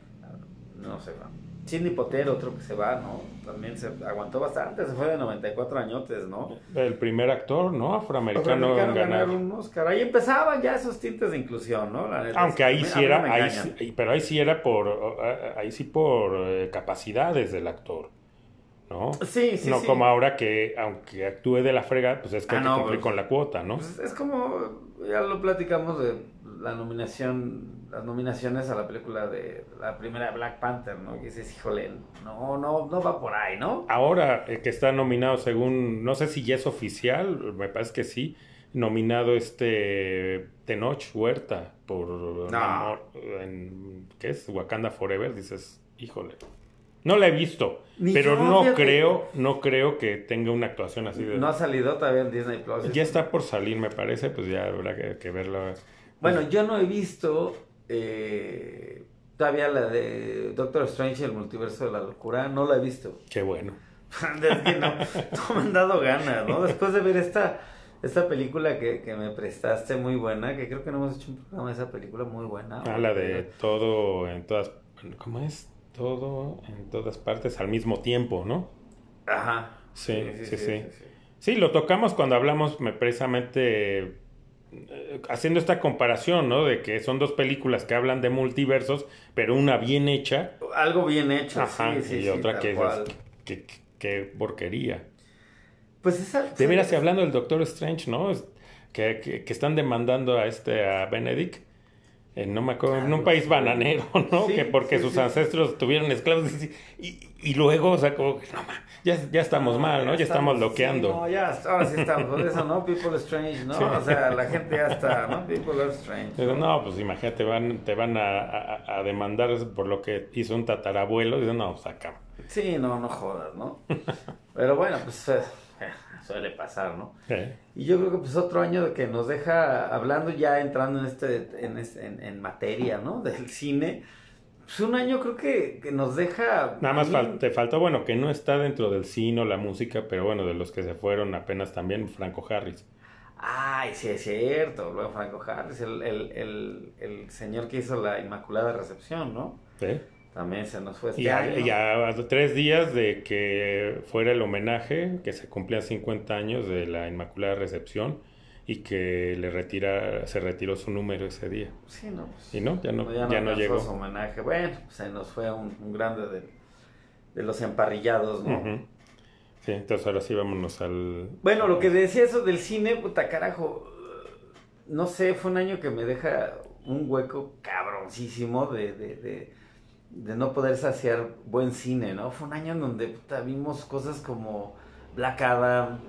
no se va. Sidney Potter, otro que se va, ¿no? También se aguantó bastante, se fue de noventa y cuatro añotes, ¿no? El primer actor, ¿no? Afroamericano, Afroamericano en ganar. ganar un Oscar. Ahí empezaban ya esos tintes de inclusión, ¿no? La neta, Aunque sí. ahí A mí- sí a mí no era, me ahí engañan. sí- pero ahí sí era por, ahí sí por eh, capacidades del actor, ¿no? Sí, sí, no sí. como ahora que, aunque actúe de la fregada, pues es que Ah, hay que no, cumplir pues, con la cuota, ¿no? Pues es como, ya lo platicamos de la nominación, las nominaciones a la película de la primera Black Panther, ¿no? Que dices, híjole, no, no, no va por ahí, ¿no? Ahora eh, que está nominado según, no sé si ya es oficial, me parece que sí, nominado este Tenoch Huerta por No. Namor en, ¿qué es? Wakanda Forever, dices, híjole. No la he visto, Ni pero yo, no fíjate. creo, no creo que tenga una actuación así de... No ha salido todavía en Disney Plus. Ya está por salir, me parece, pues ya habrá que, que verlo. Bueno, yo no he visto eh, todavía la de Doctor Strange y el multiverso de la locura, no la he visto. Qué bueno. Es que no, no me han dado ganas, ¿no? Después de ver esta, esta película que, que me prestaste muy buena, que creo que no hemos hecho un programa de esa película muy buena. Ah, la de todo en todas... ¿Cómo es? Todo en todas partes al mismo tiempo, ¿no? Ajá. Sí, sí, sí. Sí, lo tocamos cuando hablamos me, precisamente eh, haciendo esta comparación, ¿no? De que son dos películas que hablan de multiversos, pero una bien hecha, Algo bien hecho, ajá, sí, sí, y sí, otra tal que es cual. que, que, que porquería. Pues esa... De veras, y hablando del Doctor Strange, ¿no? Es- Que, que, que están demandando a este a Benedict en, no me acuerdo, en un país bananero, ¿no? Sí, que porque sí, sus sí. ancestros tuvieron esclavos y, y, y luego, o sea, como que, no, ma, ya, ya estamos mal, ¿no? Ya estamos bloqueando. Sí, no, ya, ahora sí estamos, por eso, ¿no? People Strange, ¿no? Sí. O sea, la gente ya está, ¿no? People are strange. Digo, no, pues imagínate, van, te van a, a, a demandar por lo que hizo un tatarabuelo. Dicen, no, saca. Sí, no, no jodas, ¿no? Pero bueno, pues eh, suele pasar, ¿no? ¿Eh? Y yo creo que pues otro año que nos deja hablando ya entrando en este, en, este- en, en materia, ¿no? Del cine. Pues un año creo que, que nos deja... Nada a más mí- fal- te faltó, bueno, que no está dentro del cine o la música, pero bueno, de los que se fueron apenas también, Franco Harris. Ay, sí es cierto, luego Franco Harris, el, el, el, el señor que hizo la Inmaculada Recepción, ¿no? ¿Eh? También se nos fue este Y a, año. y a tres días de que fuera el homenaje, que se cumplían cincuenta años de la Inmaculada Recepción y que le retira, se retiró su número ese día. Sí, no, pues, Y no, ya no, ya no alcanzó llegó. su homenaje. Bueno, pues, se nos fue un, un grande de, de los emparrillados, ¿no? Ujú. Sí, entonces ahora sí vámonos al... Bueno, lo que decía eso del cine, puta carajo, no sé, fue un año que me deja un hueco cabroncísimo de, de, de, de no poder saciar buen cine, ¿no? Fue un año en donde puta, vimos cosas como Black Adam,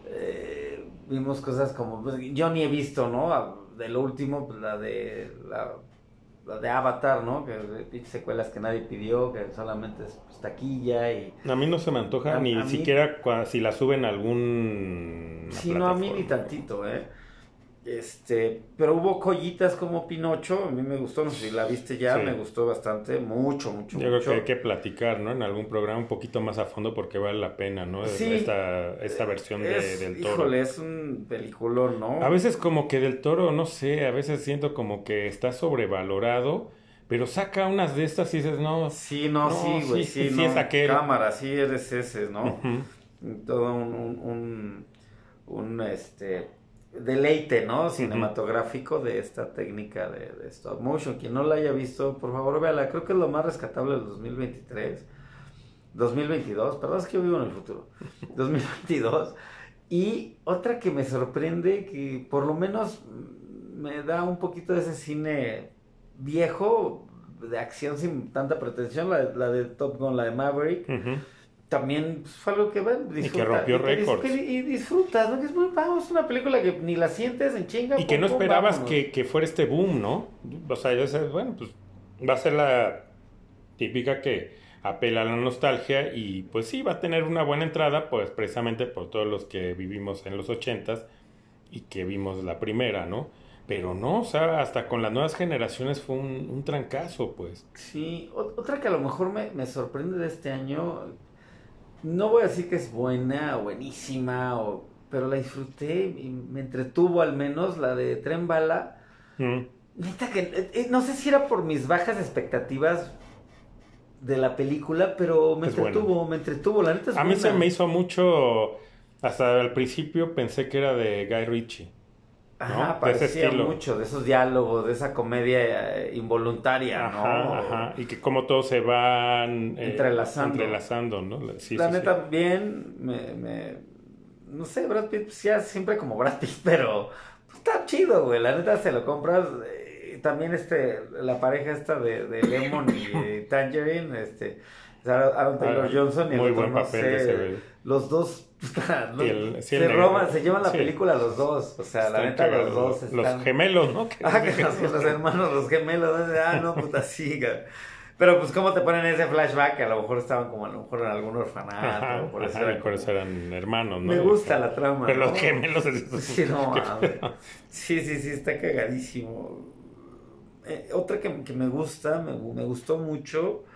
eh, vimos cosas como, pues, yo ni he visto, ¿no? De lo último, pues, la de la, la de Avatar, ¿no? Que de pinches secuelas que nadie pidió, que solamente es pues, taquilla y... A mí no se me antoja A- ni a mí- siquiera cua- si la suben a algún... Sí, no, a mí ni tantito, ¿eh? Este, pero hubo joyitas como Pinocho, a mí me gustó, no sé si la viste ya, Sí. me gustó bastante, mucho, mucho, Yo creo mucho. que hay que platicar, ¿no? En algún programa un poquito más a fondo porque vale la pena, ¿no? Sí. Esta, esta versión de- Es- del Toro. Híjole, es un peliculón, ¿no? A veces como que del Toro, no sé, a veces siento como que está sobrevalorado, pero saca unas de estas y dices, no... Sí, no, No, sí, güey, sí, sí, sí no, es aquel. cámara, sí eres ese, ¿no? Ujú. Todo un, un, un, un, este, deleite, ¿no? Cinematográfico de esta técnica de, de stop motion. Quien no la haya visto, por favor, véala. Creo que es lo más rescatable del dos mil veintitrés. dos mil veintidós, perdón, es que yo vivo en el futuro. dos mil veintidós. Y otra que me sorprende, que por lo menos me da un poquito de ese cine viejo, de acción sin tanta pretensión, la, la de Top Gun, la de Maverick. Ujú. también pues, fue algo que bueno, disfruta, y que rompió y que récords. dis- Y, y disfrutas, ¿no? Que es muy, vamos, una película que ni la sientes en chinga. Y que pum, no pum, esperabas vámonos. que, que fuera este boom, ¿no? O sea, yo sé, bueno, pues va a ser la típica que apela a la nostalgia y pues sí, va a tener una buena entrada, pues precisamente por todos los que vivimos en los ochentas y que vimos la primera, ¿no? Pero no, o sea, hasta con las nuevas generaciones fue un, un trancazo, pues. Sí, o- otra que a lo mejor me, me sorprende de este año, no voy a decir que es buena o buenísima, o, pero la disfruté y me entretuvo al menos, la de Tren Bala. Mm. Neta que, eh, eh, no sé si era por mis bajas expectativas de la película, pero me Es entretuvo, buena. me entretuvo, la neta es A mí se buena. me hizo mucho, hasta al principio pensé que era de Guy Ritchie, Ajá, ¿no? De ese parecía estilo. mucho de esos diálogos, de esa comedia eh, involuntaria, ¿no? Ajá, ajá. Y que como todos se van eh, Entrelazando. entrelazando, ¿no? Sí, la sí, neta, sí. bien, me, me- no sé, Brad Pitt, pues ya siempre como Brad Pitt, pero pues, está chido, güey, la neta se lo compras. eh, También este, la pareja esta de, de Lemon y eh, Tangerine, este, Sarah- Aaron Taylor Ah, Johnson y el muy otro, buen no papel sé, de ese güey. los dos, ¿no? Y el- sí, se el negro. roban, se llevan la Sí. película los dos, o sea, la Están neta cagados, los dos están... Los gemelos, ¿no? Que- Ah, que los, los hermanos, los gemelos, ¿no? Ah, no, puta, sí, güey. Pero pues cómo te ponen ese flashback, que a lo mejor estaban como a lo mejor en algún orfanato, Ajá, por eso ajá, eran y por como- eso eran hermanos, ¿no? Me gusta la trama, Pero ¿no? los gemelos... es- Sí, no, ¿Qué mames. pedo? Sí, sí, sí, está cagadísimo. Eh, otra que, que me gusta, me, gu- me gustó mucho,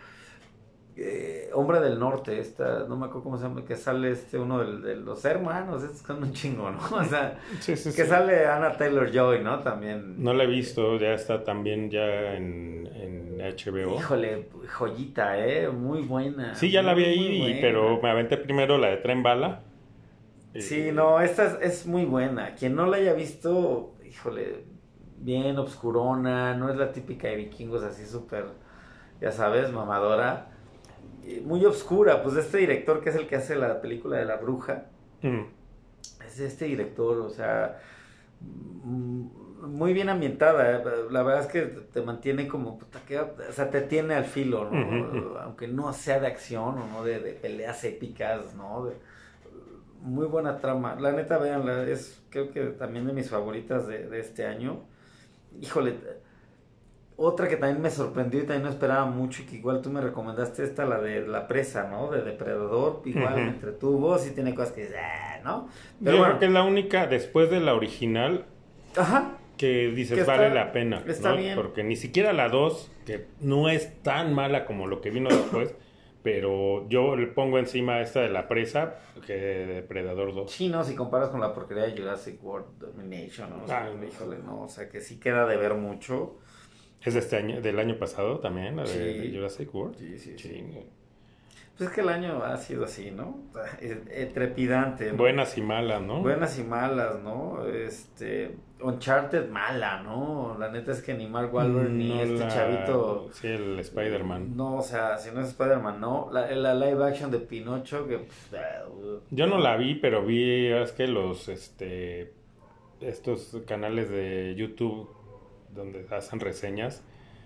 eh, Hombre del Norte, esta, no me acuerdo cómo se llama, que sale este uno del- de, los hermanos, es con un chingo, ¿no? O sea, Sí, sí, que sí. sale Anna Taylor-Joy, ¿no? También. No la he visto, ya está también ya en, en H B O. Híjole, joyita, ¿eh? Muy buena. Sí, ya la vi muy, ahí, muy y- buena. pero me aventé primero la de Tren Bala. Sí, Eh, no, esta es, es muy buena. Quien no la haya visto, híjole, bien obscurona, no es la típica de vikingos así súper, ya sabes, mamadora. Y muy obscura, pues de este director que es el que hace la película de La Bruja. mm, Es este director, o sea, mm, muy bien ambientada. ¿eh? La verdad es que te mantiene como, puta, que- o sea, te tiene al filo, ¿no? Ujú, ujú. Aunque no sea de acción o no de, de peleas épicas, ¿no? De- muy buena trama. La neta, véanla, es creo que también de mis favoritas de, de este año. Híjole, otra que también me sorprendió y también no esperaba mucho y que igual tú me recomendaste esta, la de La Presa, ¿no? De Depredador, igual Ujú. me entretuvo, sí tiene cosas que, ah, ¿no? Yo creo que es la única, después de la original, Ajá, que dices Que está- vale la pena, está ¿no? bien. Porque ni siquiera la dos, que no es tan mala como lo que vino después, pero yo le pongo encima esta de La Presa que Depredador dos. sí, no, si comparas con la porquería de Jurassic World Domination, ¿no? O sea, Ah, no. híjole, no, o sea, que sí queda de ver mucho. Es de este año, del año pasado también, la de, Sí. de Jurassic World. Sí, sí, sí. Chinga. Pues es que el año ha sido así, ¿no? O sea, es- es trepidante, ¿no? Buenas y malas, ¿no? Buenas y malas, ¿no? Este, Uncharted mala, ¿no? La neta es que ni Mark Wahlberg ni No este la- chavito. Sí, el Spider-Man. No, o sea, si no es Spider-Man, no. La, la live action de Pinocho, que. Pues, uh, Yo no la vi, pero vi, es que los, este, estos canales de YouTube donde hacen reseñas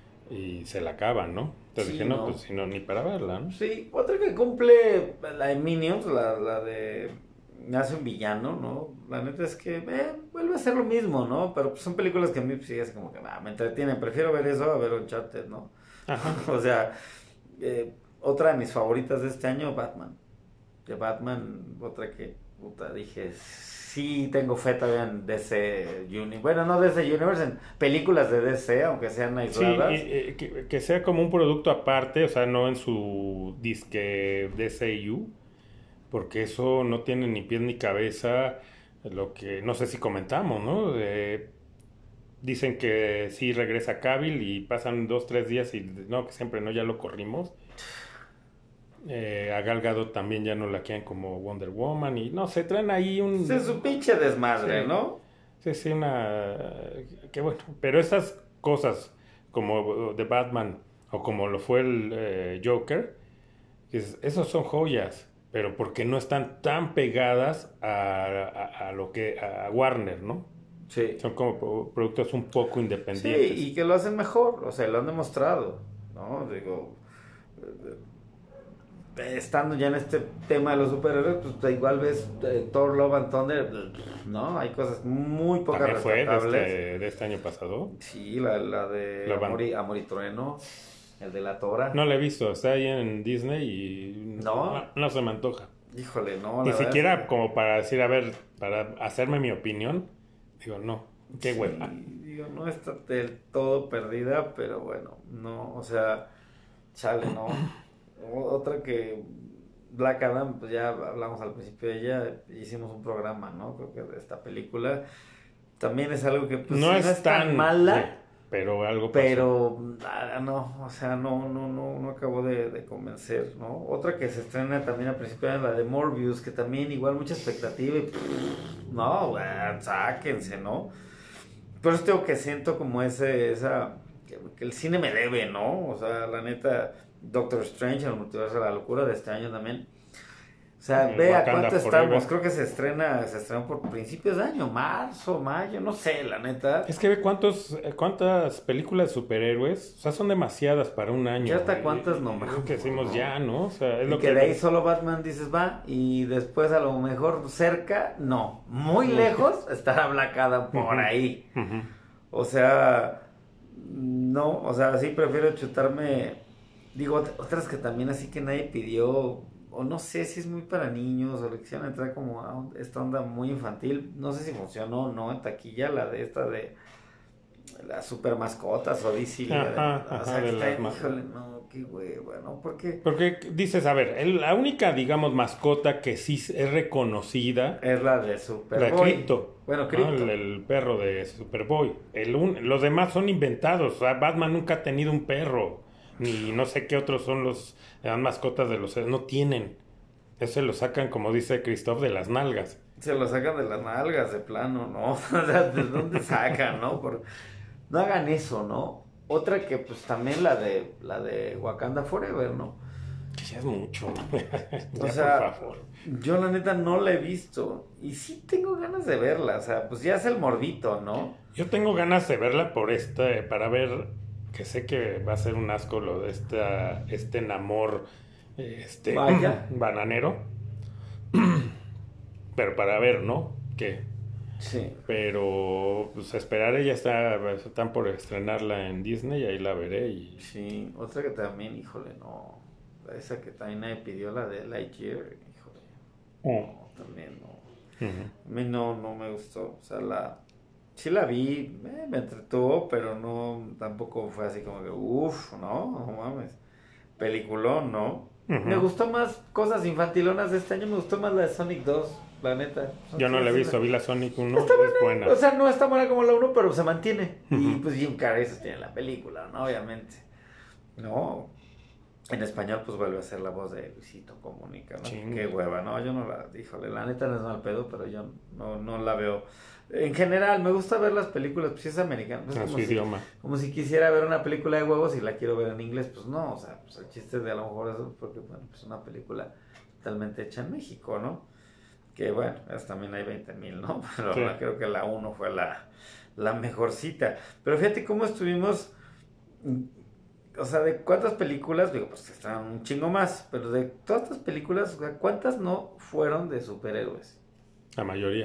y se la acaban, ¿no? Entonces Sí, dije, no, ¿no? pues si no, ni para verla, ¿no? Sí, otra que cumple la de Minions, la, la de. Hace un villano, ¿no? La neta es que eh, vuelve a ser lo mismo, ¿no? Pero pues, son películas que a mí pues, sí es como que ah, me entretienen. Prefiero ver eso a ver Uncharted, ¿no? Ajá. O sea, eh, otra de mis favoritas de este año, Batman. De Batman, otra que, puta, dije, sí tengo fe todavía en D C Universe. Bueno, no D C Universe, en películas de D C, aunque sean Sí, aisladas. y, eh, que, que sea como un producto aparte, o sea, no en su disque D C U, porque eso no tiene ni pies ni cabeza, lo que no sé si comentamos, ¿no? Eh, dicen que sí regresa Cavill y pasan dos, tres días y no, que siempre no, ya lo corrimos. Eh, a Gal Gadot también ya no la quieren como Wonder Woman y no, se traen ahí un... Es su pinche desmadre, Sí. ¿no? Sí, sí, una... Qué bueno. Pero esas cosas como de Batman o como lo fue el eh, Joker, es, esos son joyas, pero porque no están tan pegadas a, a, a lo que... a Warner, ¿no? Sí. Son como pro- productos un poco Sí, independientes. y que lo hacen mejor, o sea, lo han demostrado, ¿no? Digo, eh, estando ya en este tema de los superhéroes, pues igual ves eh, Thor, Love and Thunder, ¿no? Hay cosas muy pocas También fue de rescatables. este, de este año pasado. Sí, la, la de Love and- Amor y, Amor y Trueno, el de la Tora. No la he visto, está ahí en Disney y No. no, no se me antoja. Híjole, no. la Ni verdad siquiera es que- como para decir, a ver, para hacerme mi opinión. Digo, no, qué Sí, hueva. digo, no está del todo perdida, pero bueno, no, o sea, chale, ¿no? O- Otra que Black Adam, pues ya hablamos al principio de ella, hicimos un programa, ¿no? Creo que de esta película. También es algo que pues no, sí, es tan mala, sí, pero algo pasó. pero ah, no, o sea, no, no, no, no acabó de, de convencer, ¿no? Otra que se estrena también al principio es la de Morbius, que también igual mucha expectativa y pff, no, güey, sáquense, ¿no? Pero es tengo que siento como ese, esa, que, que el cine me debe, ¿no? O sea, la neta, Doctor Strange, el multiverso de la locura de este año también. O sea, Mm, ve a Wakanda cuánto Forever. estamos. Creo que se estrena, se estrenó por principios de año, marzo, mayo, no sé, la neta. Es que ve cuántos, eh, cuántas películas de superhéroes, o sea, son demasiadas para un año. Ya hasta güey. cuántas Es nombramos, lo que decimos ¿no? ya, ¿no? O sea, es Y lo que que... de ahí solo Batman dices va, y después a lo mejor cerca, no. Muy lejos estará Black Adam por Ujú. ahí. Ujú. O sea, no, o sea, sí prefiero chutarme, digo, ot- otras que también así que nadie pidió, o no sé si es muy para niños, o le quisieron entrar como a un- esta onda muy infantil, no sé si funcionó o no en taquilla, la de esta de las super mascotas o D C, la de- Ajá, o ajá, sea, que de está, las ma- híjole, no, qué hueva, ¿no? Porque Porque dices, a ver, el- la única, digamos, mascota que sí es reconocida, es la de la Superboy. Crypto. Bueno, ¿no? Crypto. El, el perro de Superboy. El un- los demás son inventados. O sea, Batman nunca ha tenido un perro. Ni no sé qué otros son los las mascotas de los... No tienen. Eso se lo sacan, como dice Christoph, de las nalgas. Se lo sacan de las nalgas de plano, ¿no? O sea, ¿de dónde sacan, no? Por... No hagan eso, ¿no? Otra que pues también la de la de Wakanda Forever, ¿no? Que ya es mucho. O Ya, sea, por favor. yo la neta no la he visto y sí tengo ganas de verla, o sea, pues ya es el morbito, ¿no? Yo tengo ganas de verla por esta, para ver, que sé que va a ser un asco lo de esta, este enamor, este, Vaya. bananero. Pero para ver, ¿no? Que, Sí. pero, pues esperaré, ya está, están por estrenarla en Disney, ahí la veré y... Sí, otra que también, híjole, no. Esa que también nadie pidió, la de Lightyear, híjole. No, también no. Ujú. A mí no, no me gustó. O sea, la sí la vi, eh, me entretuvo, pero no, tampoco fue así como que, uff, no, no mames. Peliculón, ¿no? Ujú. Me gustó más cosas infantilonas de este año, me gustó más la de Sonic dos, la neta. Yo no la he visto, vi la Sonic uno, Está es buena. O sea, no es tan buena como la uno, pero se mantiene. Y Ujú. pues Jim Carrey sostiene la película, ¿no? Obviamente. No. En español, pues vuelve a ser la voz de Luisito Comunica, ¿no? Chinga. Qué hueva, ¿no? Yo no la, híjole, la neta no es mal pedo, pero yo no, no la veo. En general, me gusta ver las películas, pues si es americana. Pues En como su si- idioma. Como si quisiera ver una película de huevos y la quiero ver en inglés, pues no, o sea, pues el chiste de a lo mejor eso, porque bueno, pues una película totalmente hecha en México, ¿no? Que bueno, es, también hay veinte mil, ¿no? Pero Sí. la- creo que la uno fue la, la mejorcita. Pero fíjate cómo estuvimos, mm, o sea, de cuántas películas, digo, pues están un chingo más, pero de todas estas películas, o sea, ¿cuántas no fueron de superhéroes? La mayoría.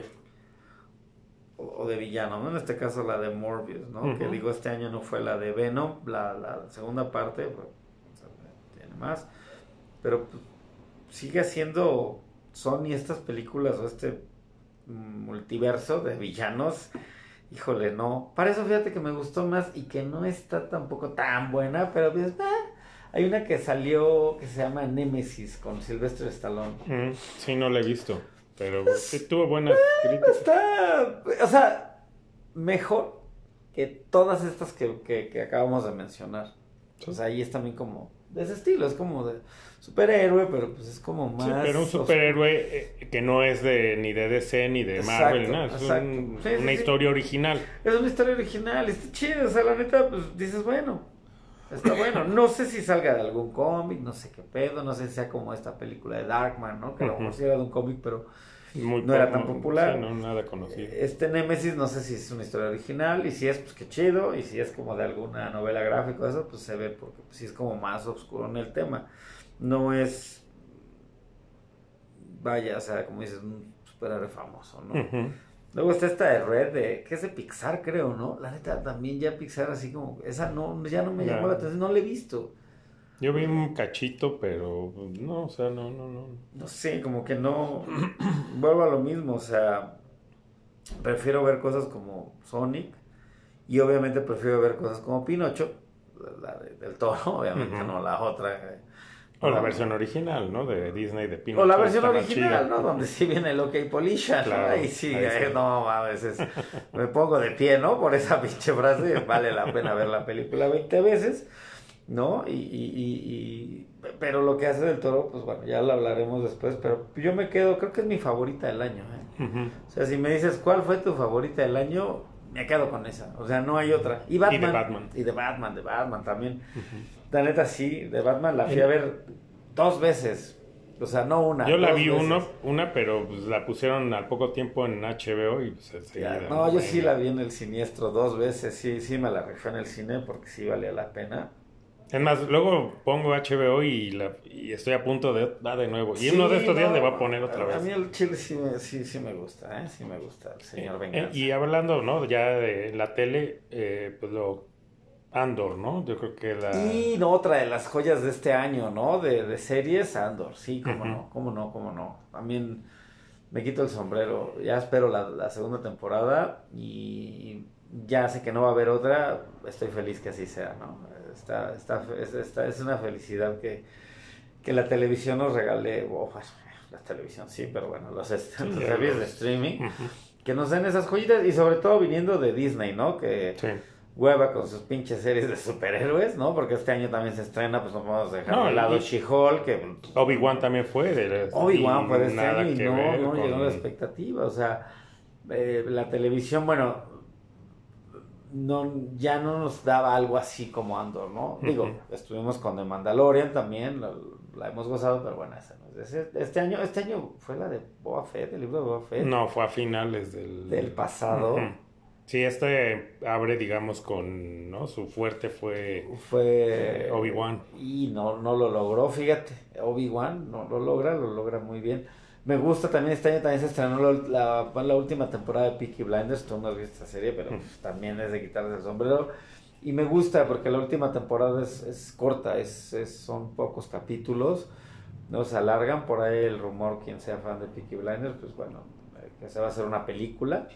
O, o de villanos, ¿no? En este caso la de Morbius, ¿no? Ujú. Que digo, este año no fue la de Venom, la, la segunda parte, pues, o sea, tiene más, pero pues, sigue haciendo Sony estas películas o este mm, multiverso de villanos, híjole, no. Para eso fíjate que me gustó más y que no está tampoco tan buena, pero pues, ah, hay una que salió que se llama Nemesis con Sylvester Stallone. Mm, sí, no la he visto, pero sí tuvo buenas críticas. Está, o sea, mejor que todas estas que, que, que acabamos de mencionar. O sea, ahí es también como de ese estilo, es como de superhéroe, pero pues es como más... Sí, pero un superhéroe eh, que no es de ni de D C ni de Exacto, Marvel, ¿no? Es exacto. un- Sí, sí, una sí. historia original. Es una historia original, está chido, o sea, la neta, pues dices, bueno, está bueno. No sé si salga de algún cómic, no sé qué pedo, no sé si sea como esta película de Darkman, ¿no? Que a lo mejor Ujú. sí era de un cómic, pero Muy no era poco- tan popular. Sí, no, nada conocido. Este Nemesis no sé si es una historia original y si es, pues qué chido, y si es como de alguna novela gráfica o eso, pues se ve porque pues, sí es como más oscuro en el tema. No es vaya, o sea, como dices, un superhéroe famoso, ¿no? Ujú. Luego está esta de Red, de, que es de Pixar, creo, ¿no? La neta, también ya Pixar así como, esa no, ya no me Ya. llamó la atención, no la he visto. Yo vi un cachito, pero no, o sea, no, no, no. No sé, como que no, vuelvo a lo mismo, o sea, prefiero ver cosas como Sonic y obviamente prefiero ver cosas como Pinocho, la de- del Toro, obviamente, Ujú. no la otra. eh, O la no, versión original, ¿no? De Disney, de Pinocho. O la versión está más original, chida. ¿no? Donde sí viene el OK Policia, ¿no? Claro, Ahí sí, ahí sí. eh, no, a veces me pongo de pie, ¿no? Por esa pinche frase, vale la pena ver la película veinte veces, ¿no? Y, y, y, y- pero lo que hace del Toro, pues bueno, ya lo hablaremos después, pero yo me quedo, creo que es mi favorita del año, ¿eh? Ujú. O sea, si me dices, ¿cuál fue tu favorita del año? Me quedo con esa, o sea, no hay otra. Y Batman. Y de Batman. Y de Batman, de Batman también. La neta sí, de Batman la fui a ver dos veces. O sea, no una. Yo la dos vi veces. uno, una, pero pues, la pusieron al poco tiempo en H B O y pues Ya, enseguida. no, yo sí la vi en el Siniestro dos veces, sí, sí me la rifé en el cine porque sí valía la pena. Es más, luego pongo H B O y, la, y estoy a punto de va de nuevo. Y Sí, uno de estos días no, le va a poner otra A vez. mí el chile sí me, sí, sí me gusta, ¿eh? Sí me gusta el señor Eh, Venganza. y hablando, ¿no? Ya de la tele, eh, pues lo Andor, ¿no? Yo creo que la... Y no, otra de las joyas de este año, ¿no? De, de series, Andor, sí, cómo Ujú. no, cómo no, cómo no. También me quito el sombrero, ya espero la, la segunda temporada y ya sé que no va a haber otra, estoy feliz que así sea, ¿no? Está, está, es, está- es una felicidad que, que la televisión nos regale, oh, bueno, la televisión sí, pero bueno, los, est- los ya servicios de los- streaming, Ujú. que nos den esas joyitas y sobre todo viniendo de Disney, ¿no? Que Sí. hueva con sus pinches series de superhéroes, ¿no? Porque este año también se estrena, pues no podemos dejar No, de lado y- She-Hulk, que Obi-Wan también fue. De, Obi-Wan y fue de este nada año y que no, ver no con- llegó a la expectativa, o sea, eh, la televisión, bueno, no, ya no nos daba algo así como Andor, ¿no? Digo, Ujú. estuvimos con The Mandalorian también, la, la hemos gozado, pero bueno, esa no es. Ese- Este año, este año fue la de Boba Fett, el libro de Boba Fett, No, fue a finales del... del pasado. Ujú. Sí, este abre, digamos, con, ¿no? Su fuerte fue Fue Eh, Obi-Wan. Y no, no lo logró, fíjate. Obi-Wan no lo logra, lo logra muy bien. Me gusta también, este año también se estrenó la, la, la última temporada de Peaky Blinders. Tú no has visto esta serie, pero pues, también es de quitarse el sombrero. Y me gusta porque la última temporada es, es corta, es, es- son pocos capítulos. No se alargan. Por ahí el rumor, quien sea fan de Peaky Blinders, pues bueno, eh, que se va a hacer una película.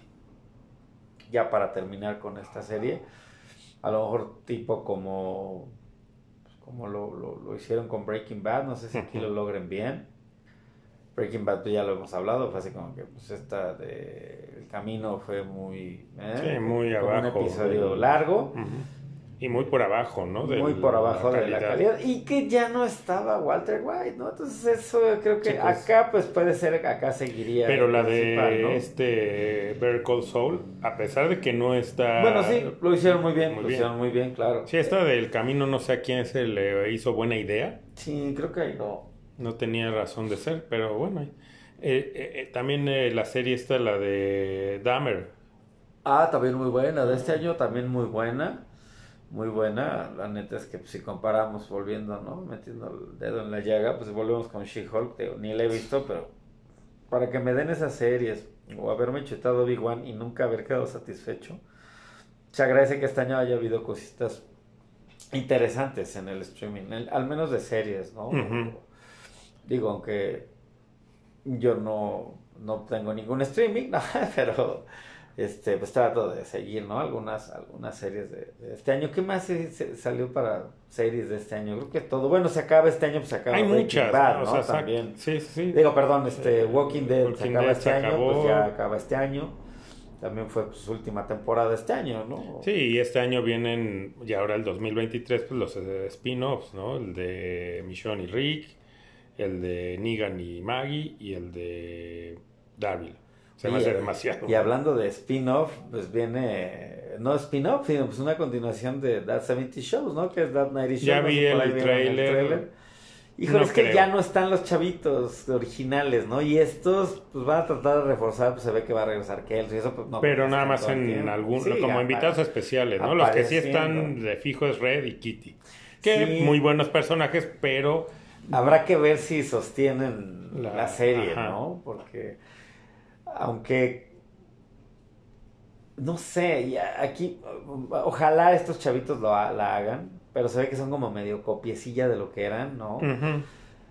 Ya para terminar con esta serie. A lo mejor tipo como como lo, lo, lo hicieron con Breaking Bad, no sé si aquí lo logren bien. Breaking Bad pues ya lo hemos hablado, fue así como que pues esta de El Camino fue muy ¿eh? Sí, muy como abajo un episodio del- largo, Ujú. Y muy por abajo, ¿no? De muy por abajo de la calidad. calidad y que ya no estaba Walter White, ¿no? Entonces eso creo que Sí, pues. acá pues puede ser, acá seguiría Pero el la de principal, ¿no? este Better Call Saul, a pesar de que no está... Bueno, sí, lo hicieron muy bien, Muy lo bien. hicieron muy bien, claro. Sí, esta del camino no sé a quién se le hizo buena idea. Sí, creo que ahí no. No tenía razón de ser, pero bueno. Eh, eh, eh, también eh, la serie esta, la de Dahmer. Ah, también muy buena, de este año también muy buena, muy buena, la neta es que pues, si comparamos, volviendo, ¿no? Metiendo el dedo en la llaga, pues volvemos con She-Hulk, digo, ni la he visto, pero para que me den esas series, o haberme chutado Obi-Wan y nunca haber quedado satisfecho, se agradece que este año haya habido cositas interesantes en el streaming, en el- al menos de series, ¿no? Ujú. Digo, aunque yo no, no tengo ningún streaming, ¿no? Pero este, pues trato de seguir, ¿no? Algunas, algunas series de, de este año. ¿Qué más se, se salió para series de este año? Creo que todo. Bueno, se acaba este año, pues se acaba Hay Breaking muchas, Bad, ¿no? ¿no? O sea, También. sí, sí, sí. Digo, perdón, este, Walking Dead se Walking acaba Dead este se año, acabó. pues ya acaba este año. También fue pues, su última temporada este año, ¿no? Sí, y este año vienen, y ahora el dos mil veintitrés, pues los eh, spin-offs, ¿no? El de Michonne y Rick, el de Negan y Maggie, y el de Daryl. Se me Y- hace demasiado. Y hablando de spin-off, pues viene, no spin-off, sino pues una continuación de That setenta Shows, ¿no? Que es That noventa Shows. Ya no vi sé, por el ahí vieron tráiler. Híjole, No es que creo. ya no están los chavitos originales, ¿no? Y estos, pues van a tratar de reforzar, pues se ve que va a regresar Kells y eso, pues no. Pero pues, nada están más todo el en tiempo. algún, Sí, como apa- invitados especiales, ¿no? Los que sí están apareciendo. de fijo es Red y Kitty. Que Sí. muy buenos personajes, pero Habrá que ver si sostienen la, La- serie, ajá. ¿no? Porque, aunque, no sé, ya aquí, ojalá estos chavitos lo ha- la hagan, pero se ve que son como medio copiecilla de lo que eran, ¿no? Ujú.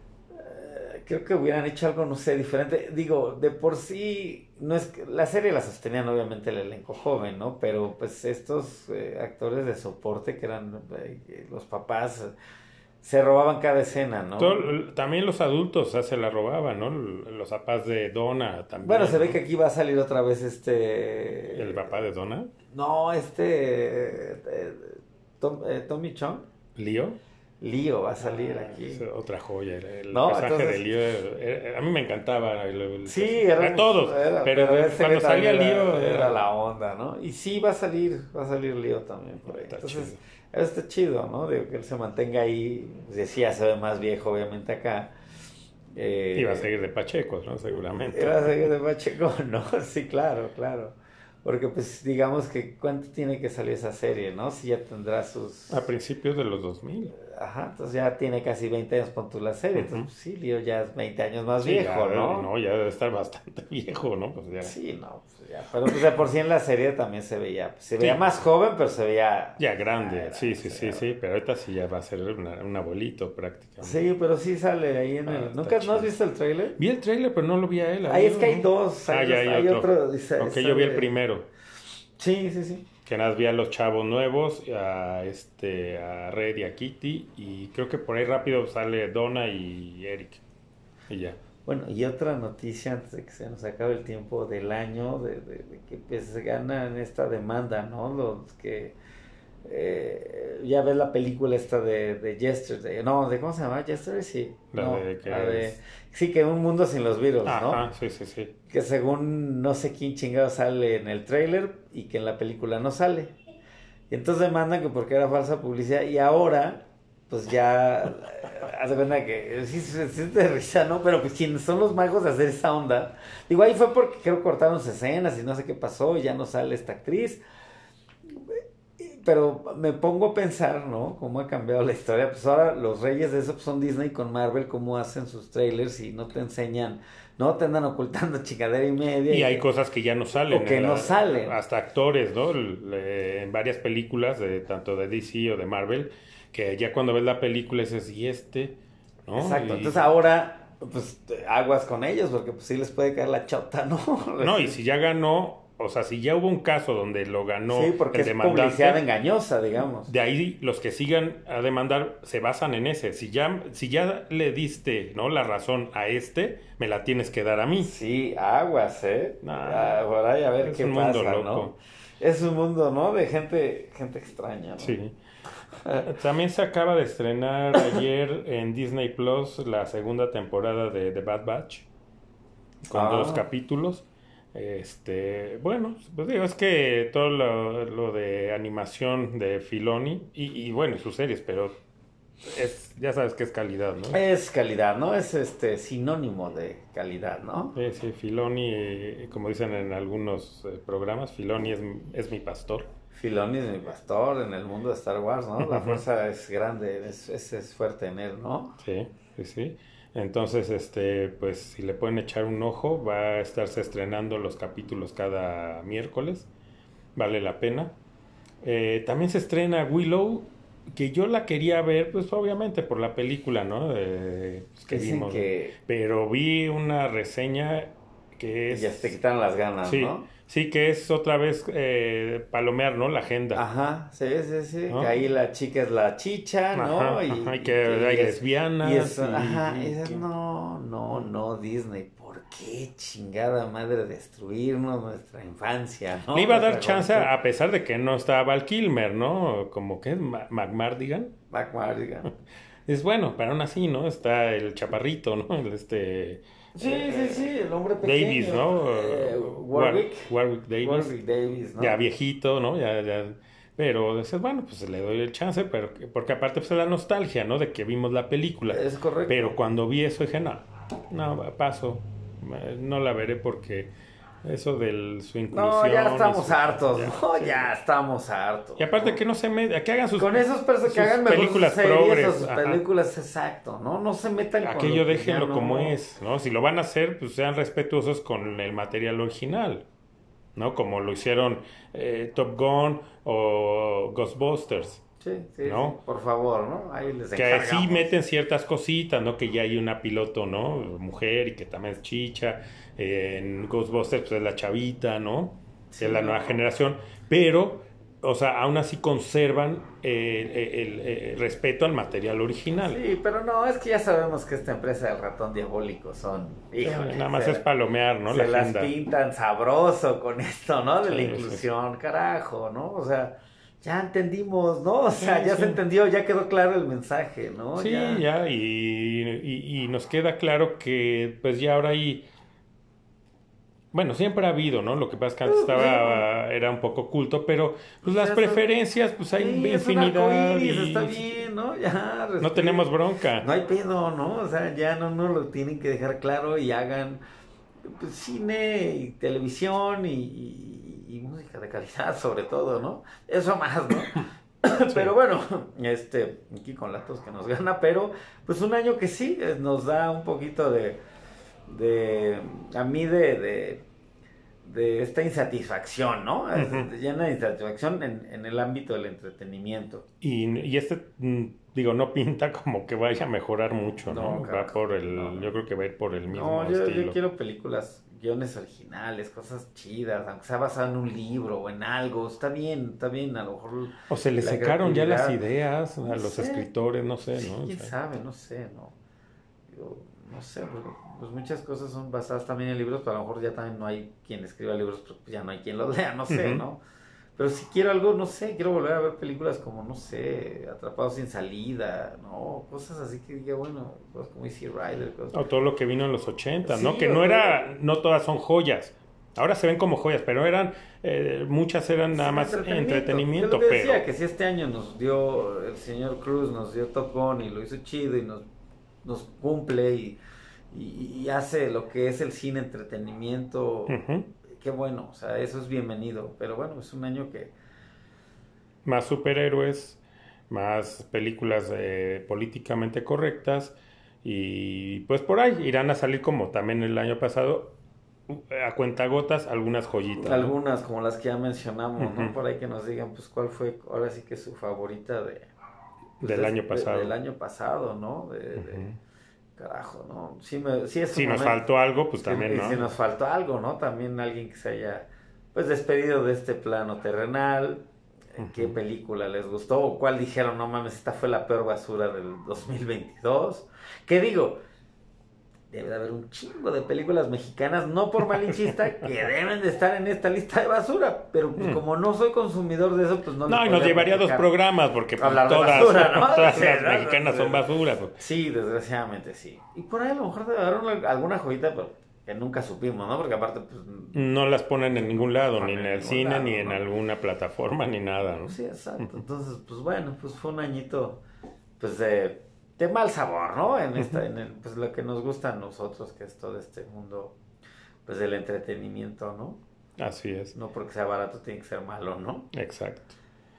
Creo que hubieran hecho algo, no sé, diferente. Digo, de por sí, no es que- la serie la sostenían obviamente el elenco joven, ¿no? Pero pues estos eh, actores de soporte que eran eh, los papás, eh, se robaban cada escena, ¿no? Todo- también los adultos, o sea, se la robaban, ¿no? Los papás de Donna también. Bueno, se ve ¿no? que aquí va a salir otra vez este... El papá de Donna, No, este... eh, Tom- eh, Tommy Chong. Leo. Leo va a salir Ah, aquí. es otra joya. El, el No, personaje entonces- de Leo, eh, a mí me encantaba. El, el- Sí, el- era, a todos. era- pero ese cuando también salía era, Leo, era la onda, ¿no? Y sí, va a salir, va a salir Leo también por ahí. Está Entonces, chido. eso está chido, ¿no? Digo, que él se mantenga ahí. Decía, se ve más viejo, obviamente, acá. Eh, Iba a seguir de Pacheco, ¿no? Seguramente. Iba a seguir de Pacheco, ¿no? Sí, claro, claro. Porque, pues, digamos que, ¿cuánto tiene que salir esa serie, no? Si ya tendrá sus... A principios de los dos mil. Ajá, entonces ya tiene casi veinte años con tu la serie. Entonces, Ujú. pues, sí, Leo ya es veinte años más Sí, viejo, ya, ¿no? No, ya debe estar bastante viejo, ¿no? Pues ya, Sí, no, pues ya. Pero pues de por sí en la serie también se veía, pues, se veía Sí. más joven, pero se veía... ya grande. Ah, Sí, sí, se sí, veía- sí. Pero ahorita sí ya va a ser una- un abuelito prácticamente. Sí, pero sí sale ahí en Ah, el... está ¿Nunca no chido. has visto el tráiler? Vi el trailer, pero no lo vi a él. a Ahí él, es que hay ¿no? dos. Ah, Hay, ya dos- hay hay otro. otro. dice- Ok, yo vi el sale- primero. Sí, sí, sí. Que nada, vi a los chavos nuevos, a este, a Red y a Kitty, y creo que por ahí rápido sale Donna y Eric. Y ya. Bueno, y otra noticia antes de que se nos acabe el tiempo del año, de, de- de que pues, se ganan esta demanda, ¿no? Los que... eh, ya ves la película esta de, de Yesterday, no, de ¿cómo se llama? Yesterday, sí. La No, de que la de- es- Sí, que un mundo sin los virus, ¿no? Ajá, sí, sí, sí. Que según no sé quién chingado sale en el tráiler y que en la película no sale. Y entonces demandan que porque era falsa publicidad y ahora, pues ya, eh, haz de cuenta que sí se siente de risa, ¿no? Pero pues quienes son los magos de hacer esa onda. Digo, ahí fue porque creo cortaron escenas y no sé qué pasó y ya no sale esta actriz. Pero me pongo a pensar, ¿no? Cómo ha cambiado la historia. Pues ahora los reyes de eso pues, son Disney con Marvel, cómo hacen sus trailers y no te enseñan, no te andan ocultando chingadera y media. Y hay cosas que ya no salen. O que en no salen. Hasta actores, ¿no? Le- En varias películas, de, tanto de D C o de Marvel, que ya cuando ves la película dices, ¿y este? ¿No? Exacto. Y- Entonces ahora, pues aguas con ellos, porque pues sí les puede caer la chota, ¿no? No, y si ya ganó, o sea, si ya hubo un caso donde lo ganó Sí, porque el es demandante, publicidad engañosa, digamos. de ahí los que sigan a demandar se basan en ese. Si ya, si ya le diste, ¿no? la razón a este, me la tienes que dar a mí. Sí, aguas, ¿eh? Nah, Ah, por ahí a ver es qué un pasa, mundo ¿no? loco. Es un mundo, ¿no? De gente, gente extraña, ¿no? Sí. También se acaba de estrenar ayer en Disney Plus la segunda temporada de The Bad Batch con Ah. dos capítulos. Este, bueno, pues digo, es que todo lo, lo de animación de Filoni y, y bueno, sus series, pero es, ya sabes que es calidad, ¿no? Es calidad, ¿no? Es este sinónimo de calidad, ¿no? Sí, sí, Filoni, eh, como dicen en algunos eh, programas, Filoni es, es mi pastor. Filoni es mi pastor en el mundo de Star Wars, ¿no? La Ujú. fuerza es grande, es, es, es fuerte en él, ¿no? Sí, sí, sí. Entonces, este, pues si le pueden echar un ojo, va a estarse estrenando los capítulos cada miércoles. Vale la pena. Eh, también se estrena Willow, que yo la quería ver, pues obviamente por la película, ¿no? Eh, pues, que Dicen vimos. que Pero vi una reseña que es... ya te quitan las ganas, Sí, ¿no? sí, que es otra vez eh, palomear, ¿no? La agenda. Ajá, sí, sí, sí. ¿No? Que ahí la chica es la chicha, ¿no? Ajá, y, ajá, y que hay es- lesbianas. y eso, y- ajá, y y dices, que- no, no, no, Disney, ¿por qué chingada madre destruirnos nuestra infancia, ¿no? Le iba a dar Nuestra chance juventud. a pesar de que no estaba Val Kilmer, ¿no? Como que es Ma- McMardigan. Mac Mardigan. Es bueno, pero aún así, ¿no? Está el chaparrito, ¿no? El este... Sí, eh, sí, sí, el hombre pequeño. Davis, ¿no? Eh, War- Warwick. Warwick Davis. Warwick Davis, ¿no? Ya viejito, ¿no? Ya, ya... Pero dices, bueno, pues le doy el chance, pero porque aparte pues es la nostalgia, ¿no? De que vimos la película. Es correcto. Pero cuando vi eso dije, no, no, paso. Eh, No la veré porque Eso de su inclusión. No, ya estamos su, hartos, ya, no, sí. ya estamos hartos. Y aparte ¿no? que no se metan, que hagan sus con esos personajes que hagan mejor películas sus series progres, o sus ajá. películas, exacto, ¿no? No se metan con aquello lo que déjenlo ya no- como es, ¿no? Si lo van a hacer, pues sean respetuosos con el material original, ¿no? Como lo hicieron eh, Top Gun o Ghostbusters. Sí, sí, ¿no? sí, por favor, ¿no? Ahí les Que encargamos. sí meten ciertas cositas, ¿no? Que ya hay una piloto, ¿no? Mujer y que también es chicha. Eh, en Ghostbusters, pues es la chavita, ¿no? Sí, es la no. nueva generación. Pero, o sea, aún así conservan eh, el, el- el respeto al material original. Sí, pero no, es que ya sabemos que esta empresa del ratón diabólico son, híjole, Nada más se- es palomear, ¿no? se La las agenda. pintan sabroso con esto, ¿no? De la Sí, sí, inclusión, carajo, ¿no? O sea, ya entendimos, ¿no? O sea, Sí, ya sí. se entendió, ya quedó claro el mensaje, ¿no? Sí, ya, y, y, y nos queda claro que pues ya ahora hay, bueno, siempre ha habido, ¿no? Lo que pasa es que antes estaba, era un poco oculto, pero pues las Eso- preferencias, pues hay Sí, es un infinidad arcoíris, y está bien, ¿no? Ya, no respeten. tenemos bronca. No hay pedo, ¿no? O sea, ya no, no lo tienen que dejar claro y hagan pues, cine y televisión y, y- y música de calidad sobre todo, ¿no? Eso más, ¿no? Pero bueno, este, aquí con la tos que nos gana, pero pues un año que sí eh, nos da un poquito de, de a mí de, de, de esta insatisfacción, ¿no? Es- Ujú. Llena de insatisfacción en, en el ámbito del entretenimiento. Y, y este, mm, digo, no pinta como que vaya a mejorar mucho, ¿no? No, Va carajo, por el, no. yo creo que va a ir por el mismo No, yo, estilo. yo quiero películas, guiones originales, cosas chidas, aunque sea basado en un libro o en algo, está bien, está bien, a lo mejor... O se le la secaron ya las creatividad. ideas a No los sé. escritores, no sé, Sí, ¿no? O quién sea, sabe, no sé, ¿no? Yo, no sé, porque pues muchas cosas son basadas también en libros, pero a lo mejor ya también no hay quien escriba libros, pues ya no hay quien los lea, no sé, Ujú. ¿no? Pero si quiero algo, no sé, quiero volver a ver películas como, no sé, Atrapados sin salida, ¿no? Cosas así que diga, bueno, cosas como Easy Rider, cosas... O todo lo que vino en los ochenta, ¿no? Sí, Que o no todo- era, no todas son joyas. Ahora se ven como joyas, pero eran, eh, muchas eran nada Sí, más entretenimiento, Yo lo que decía, pero que si este año nos dio el señor Cruz, nos dio Top Gun y lo hizo chido y nos, nos cumple y, y, y hace lo que es el cine entretenimiento, ujú, qué bueno, o sea, eso es bienvenido. Pero bueno, es un año que más superhéroes, más películas eh, políticamente correctas y pues por ahí irán a salir como también el año pasado a cuentagotas algunas joyitas, ¿no? algunas como las que ya mencionamos, ¿no? Ujú. Por ahí que nos digan, pues, cuál fue ahora sí que su favorita de... pues, Del de- año de- pasado. del año pasado, ¿no? De, de- Ujú. carajo, ¿no? Sí, me, sí es un Si nos momento- faltó algo, pues Sí, también, y ¿no? si nos faltó algo, ¿no? También alguien que se haya, pues, despedido de este plano terrenal. ¿Qué Ujú. película les gustó? ¿O cuál dijeron, no mames, esta fue la peor basura del dos mil veintidós? ¿Qué digo? Debe de haber un chingo de películas mexicanas, no por malinchista, que deben de estar en esta lista de basura. Pero pues, Mm. como no soy consumidor de eso, pues no les No, y nos podría llevaría a dos platicar. programas porque pues, Hablar de todas, basura, ¿no? todas Sí, las ¿no? mexicanas son basura. Pues. Sí, desgraciadamente sí. Y por ahí a lo mejor debe haber una- alguna joyita, pero que nunca supimos, ¿no? Porque aparte, pues... No las ponen en ningún lado, No, ni en en el ningún cine, lado, ni en ¿no? alguna plataforma, ni nada, ¿no? Sí, exacto. Entonces, pues bueno, pues fue un añito, pues de, de mal sabor, ¿no? En esta, en el, pues lo que nos gusta a nosotros, que es todo este mundo, pues del entretenimiento, ¿no? Así es, No porque sea barato tiene que ser malo, ¿no? exacto.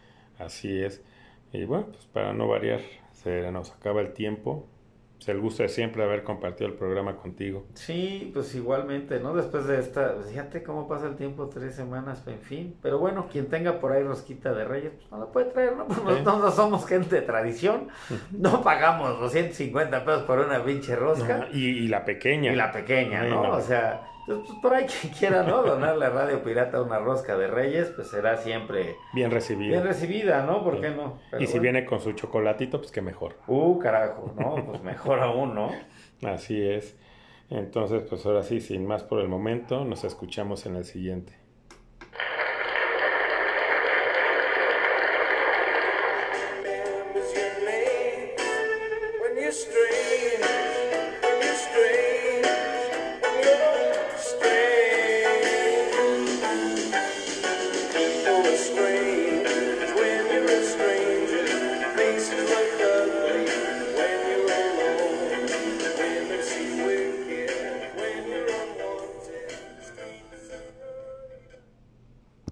Así es. Y bueno, pues para no variar, se nos acaba el tiempo. Es el gusto de siempre haber compartido el programa contigo. Sí, pues igualmente, ¿no? Después de esta, pues, fíjate cómo pasa el tiempo, tres semanas, en fin. Pero bueno, quien tenga por ahí rosquita de Reyes, pues no la puede traer, ¿no? Pues Sí. nosotros no somos gente de tradición, no pagamos doscientos cincuenta pesos por una pinche rosca. No, y, y la pequeña. Y la pequeña, Ay, ¿no? no. O sea, pues, pues, por ahí quien quiera, ¿no? Donarle a Radio Pirata una rosca de Reyes, pues será siempre Bien recibida. bien recibida, ¿no? ¿Por qué no? Pero y si bueno. viene con su chocolatito, pues que mejor. Uh, carajo, ¿no? Pues mejor aún, ¿no? Así es. Entonces, pues ahora sí, sin más por el momento, nos escuchamos en el siguiente.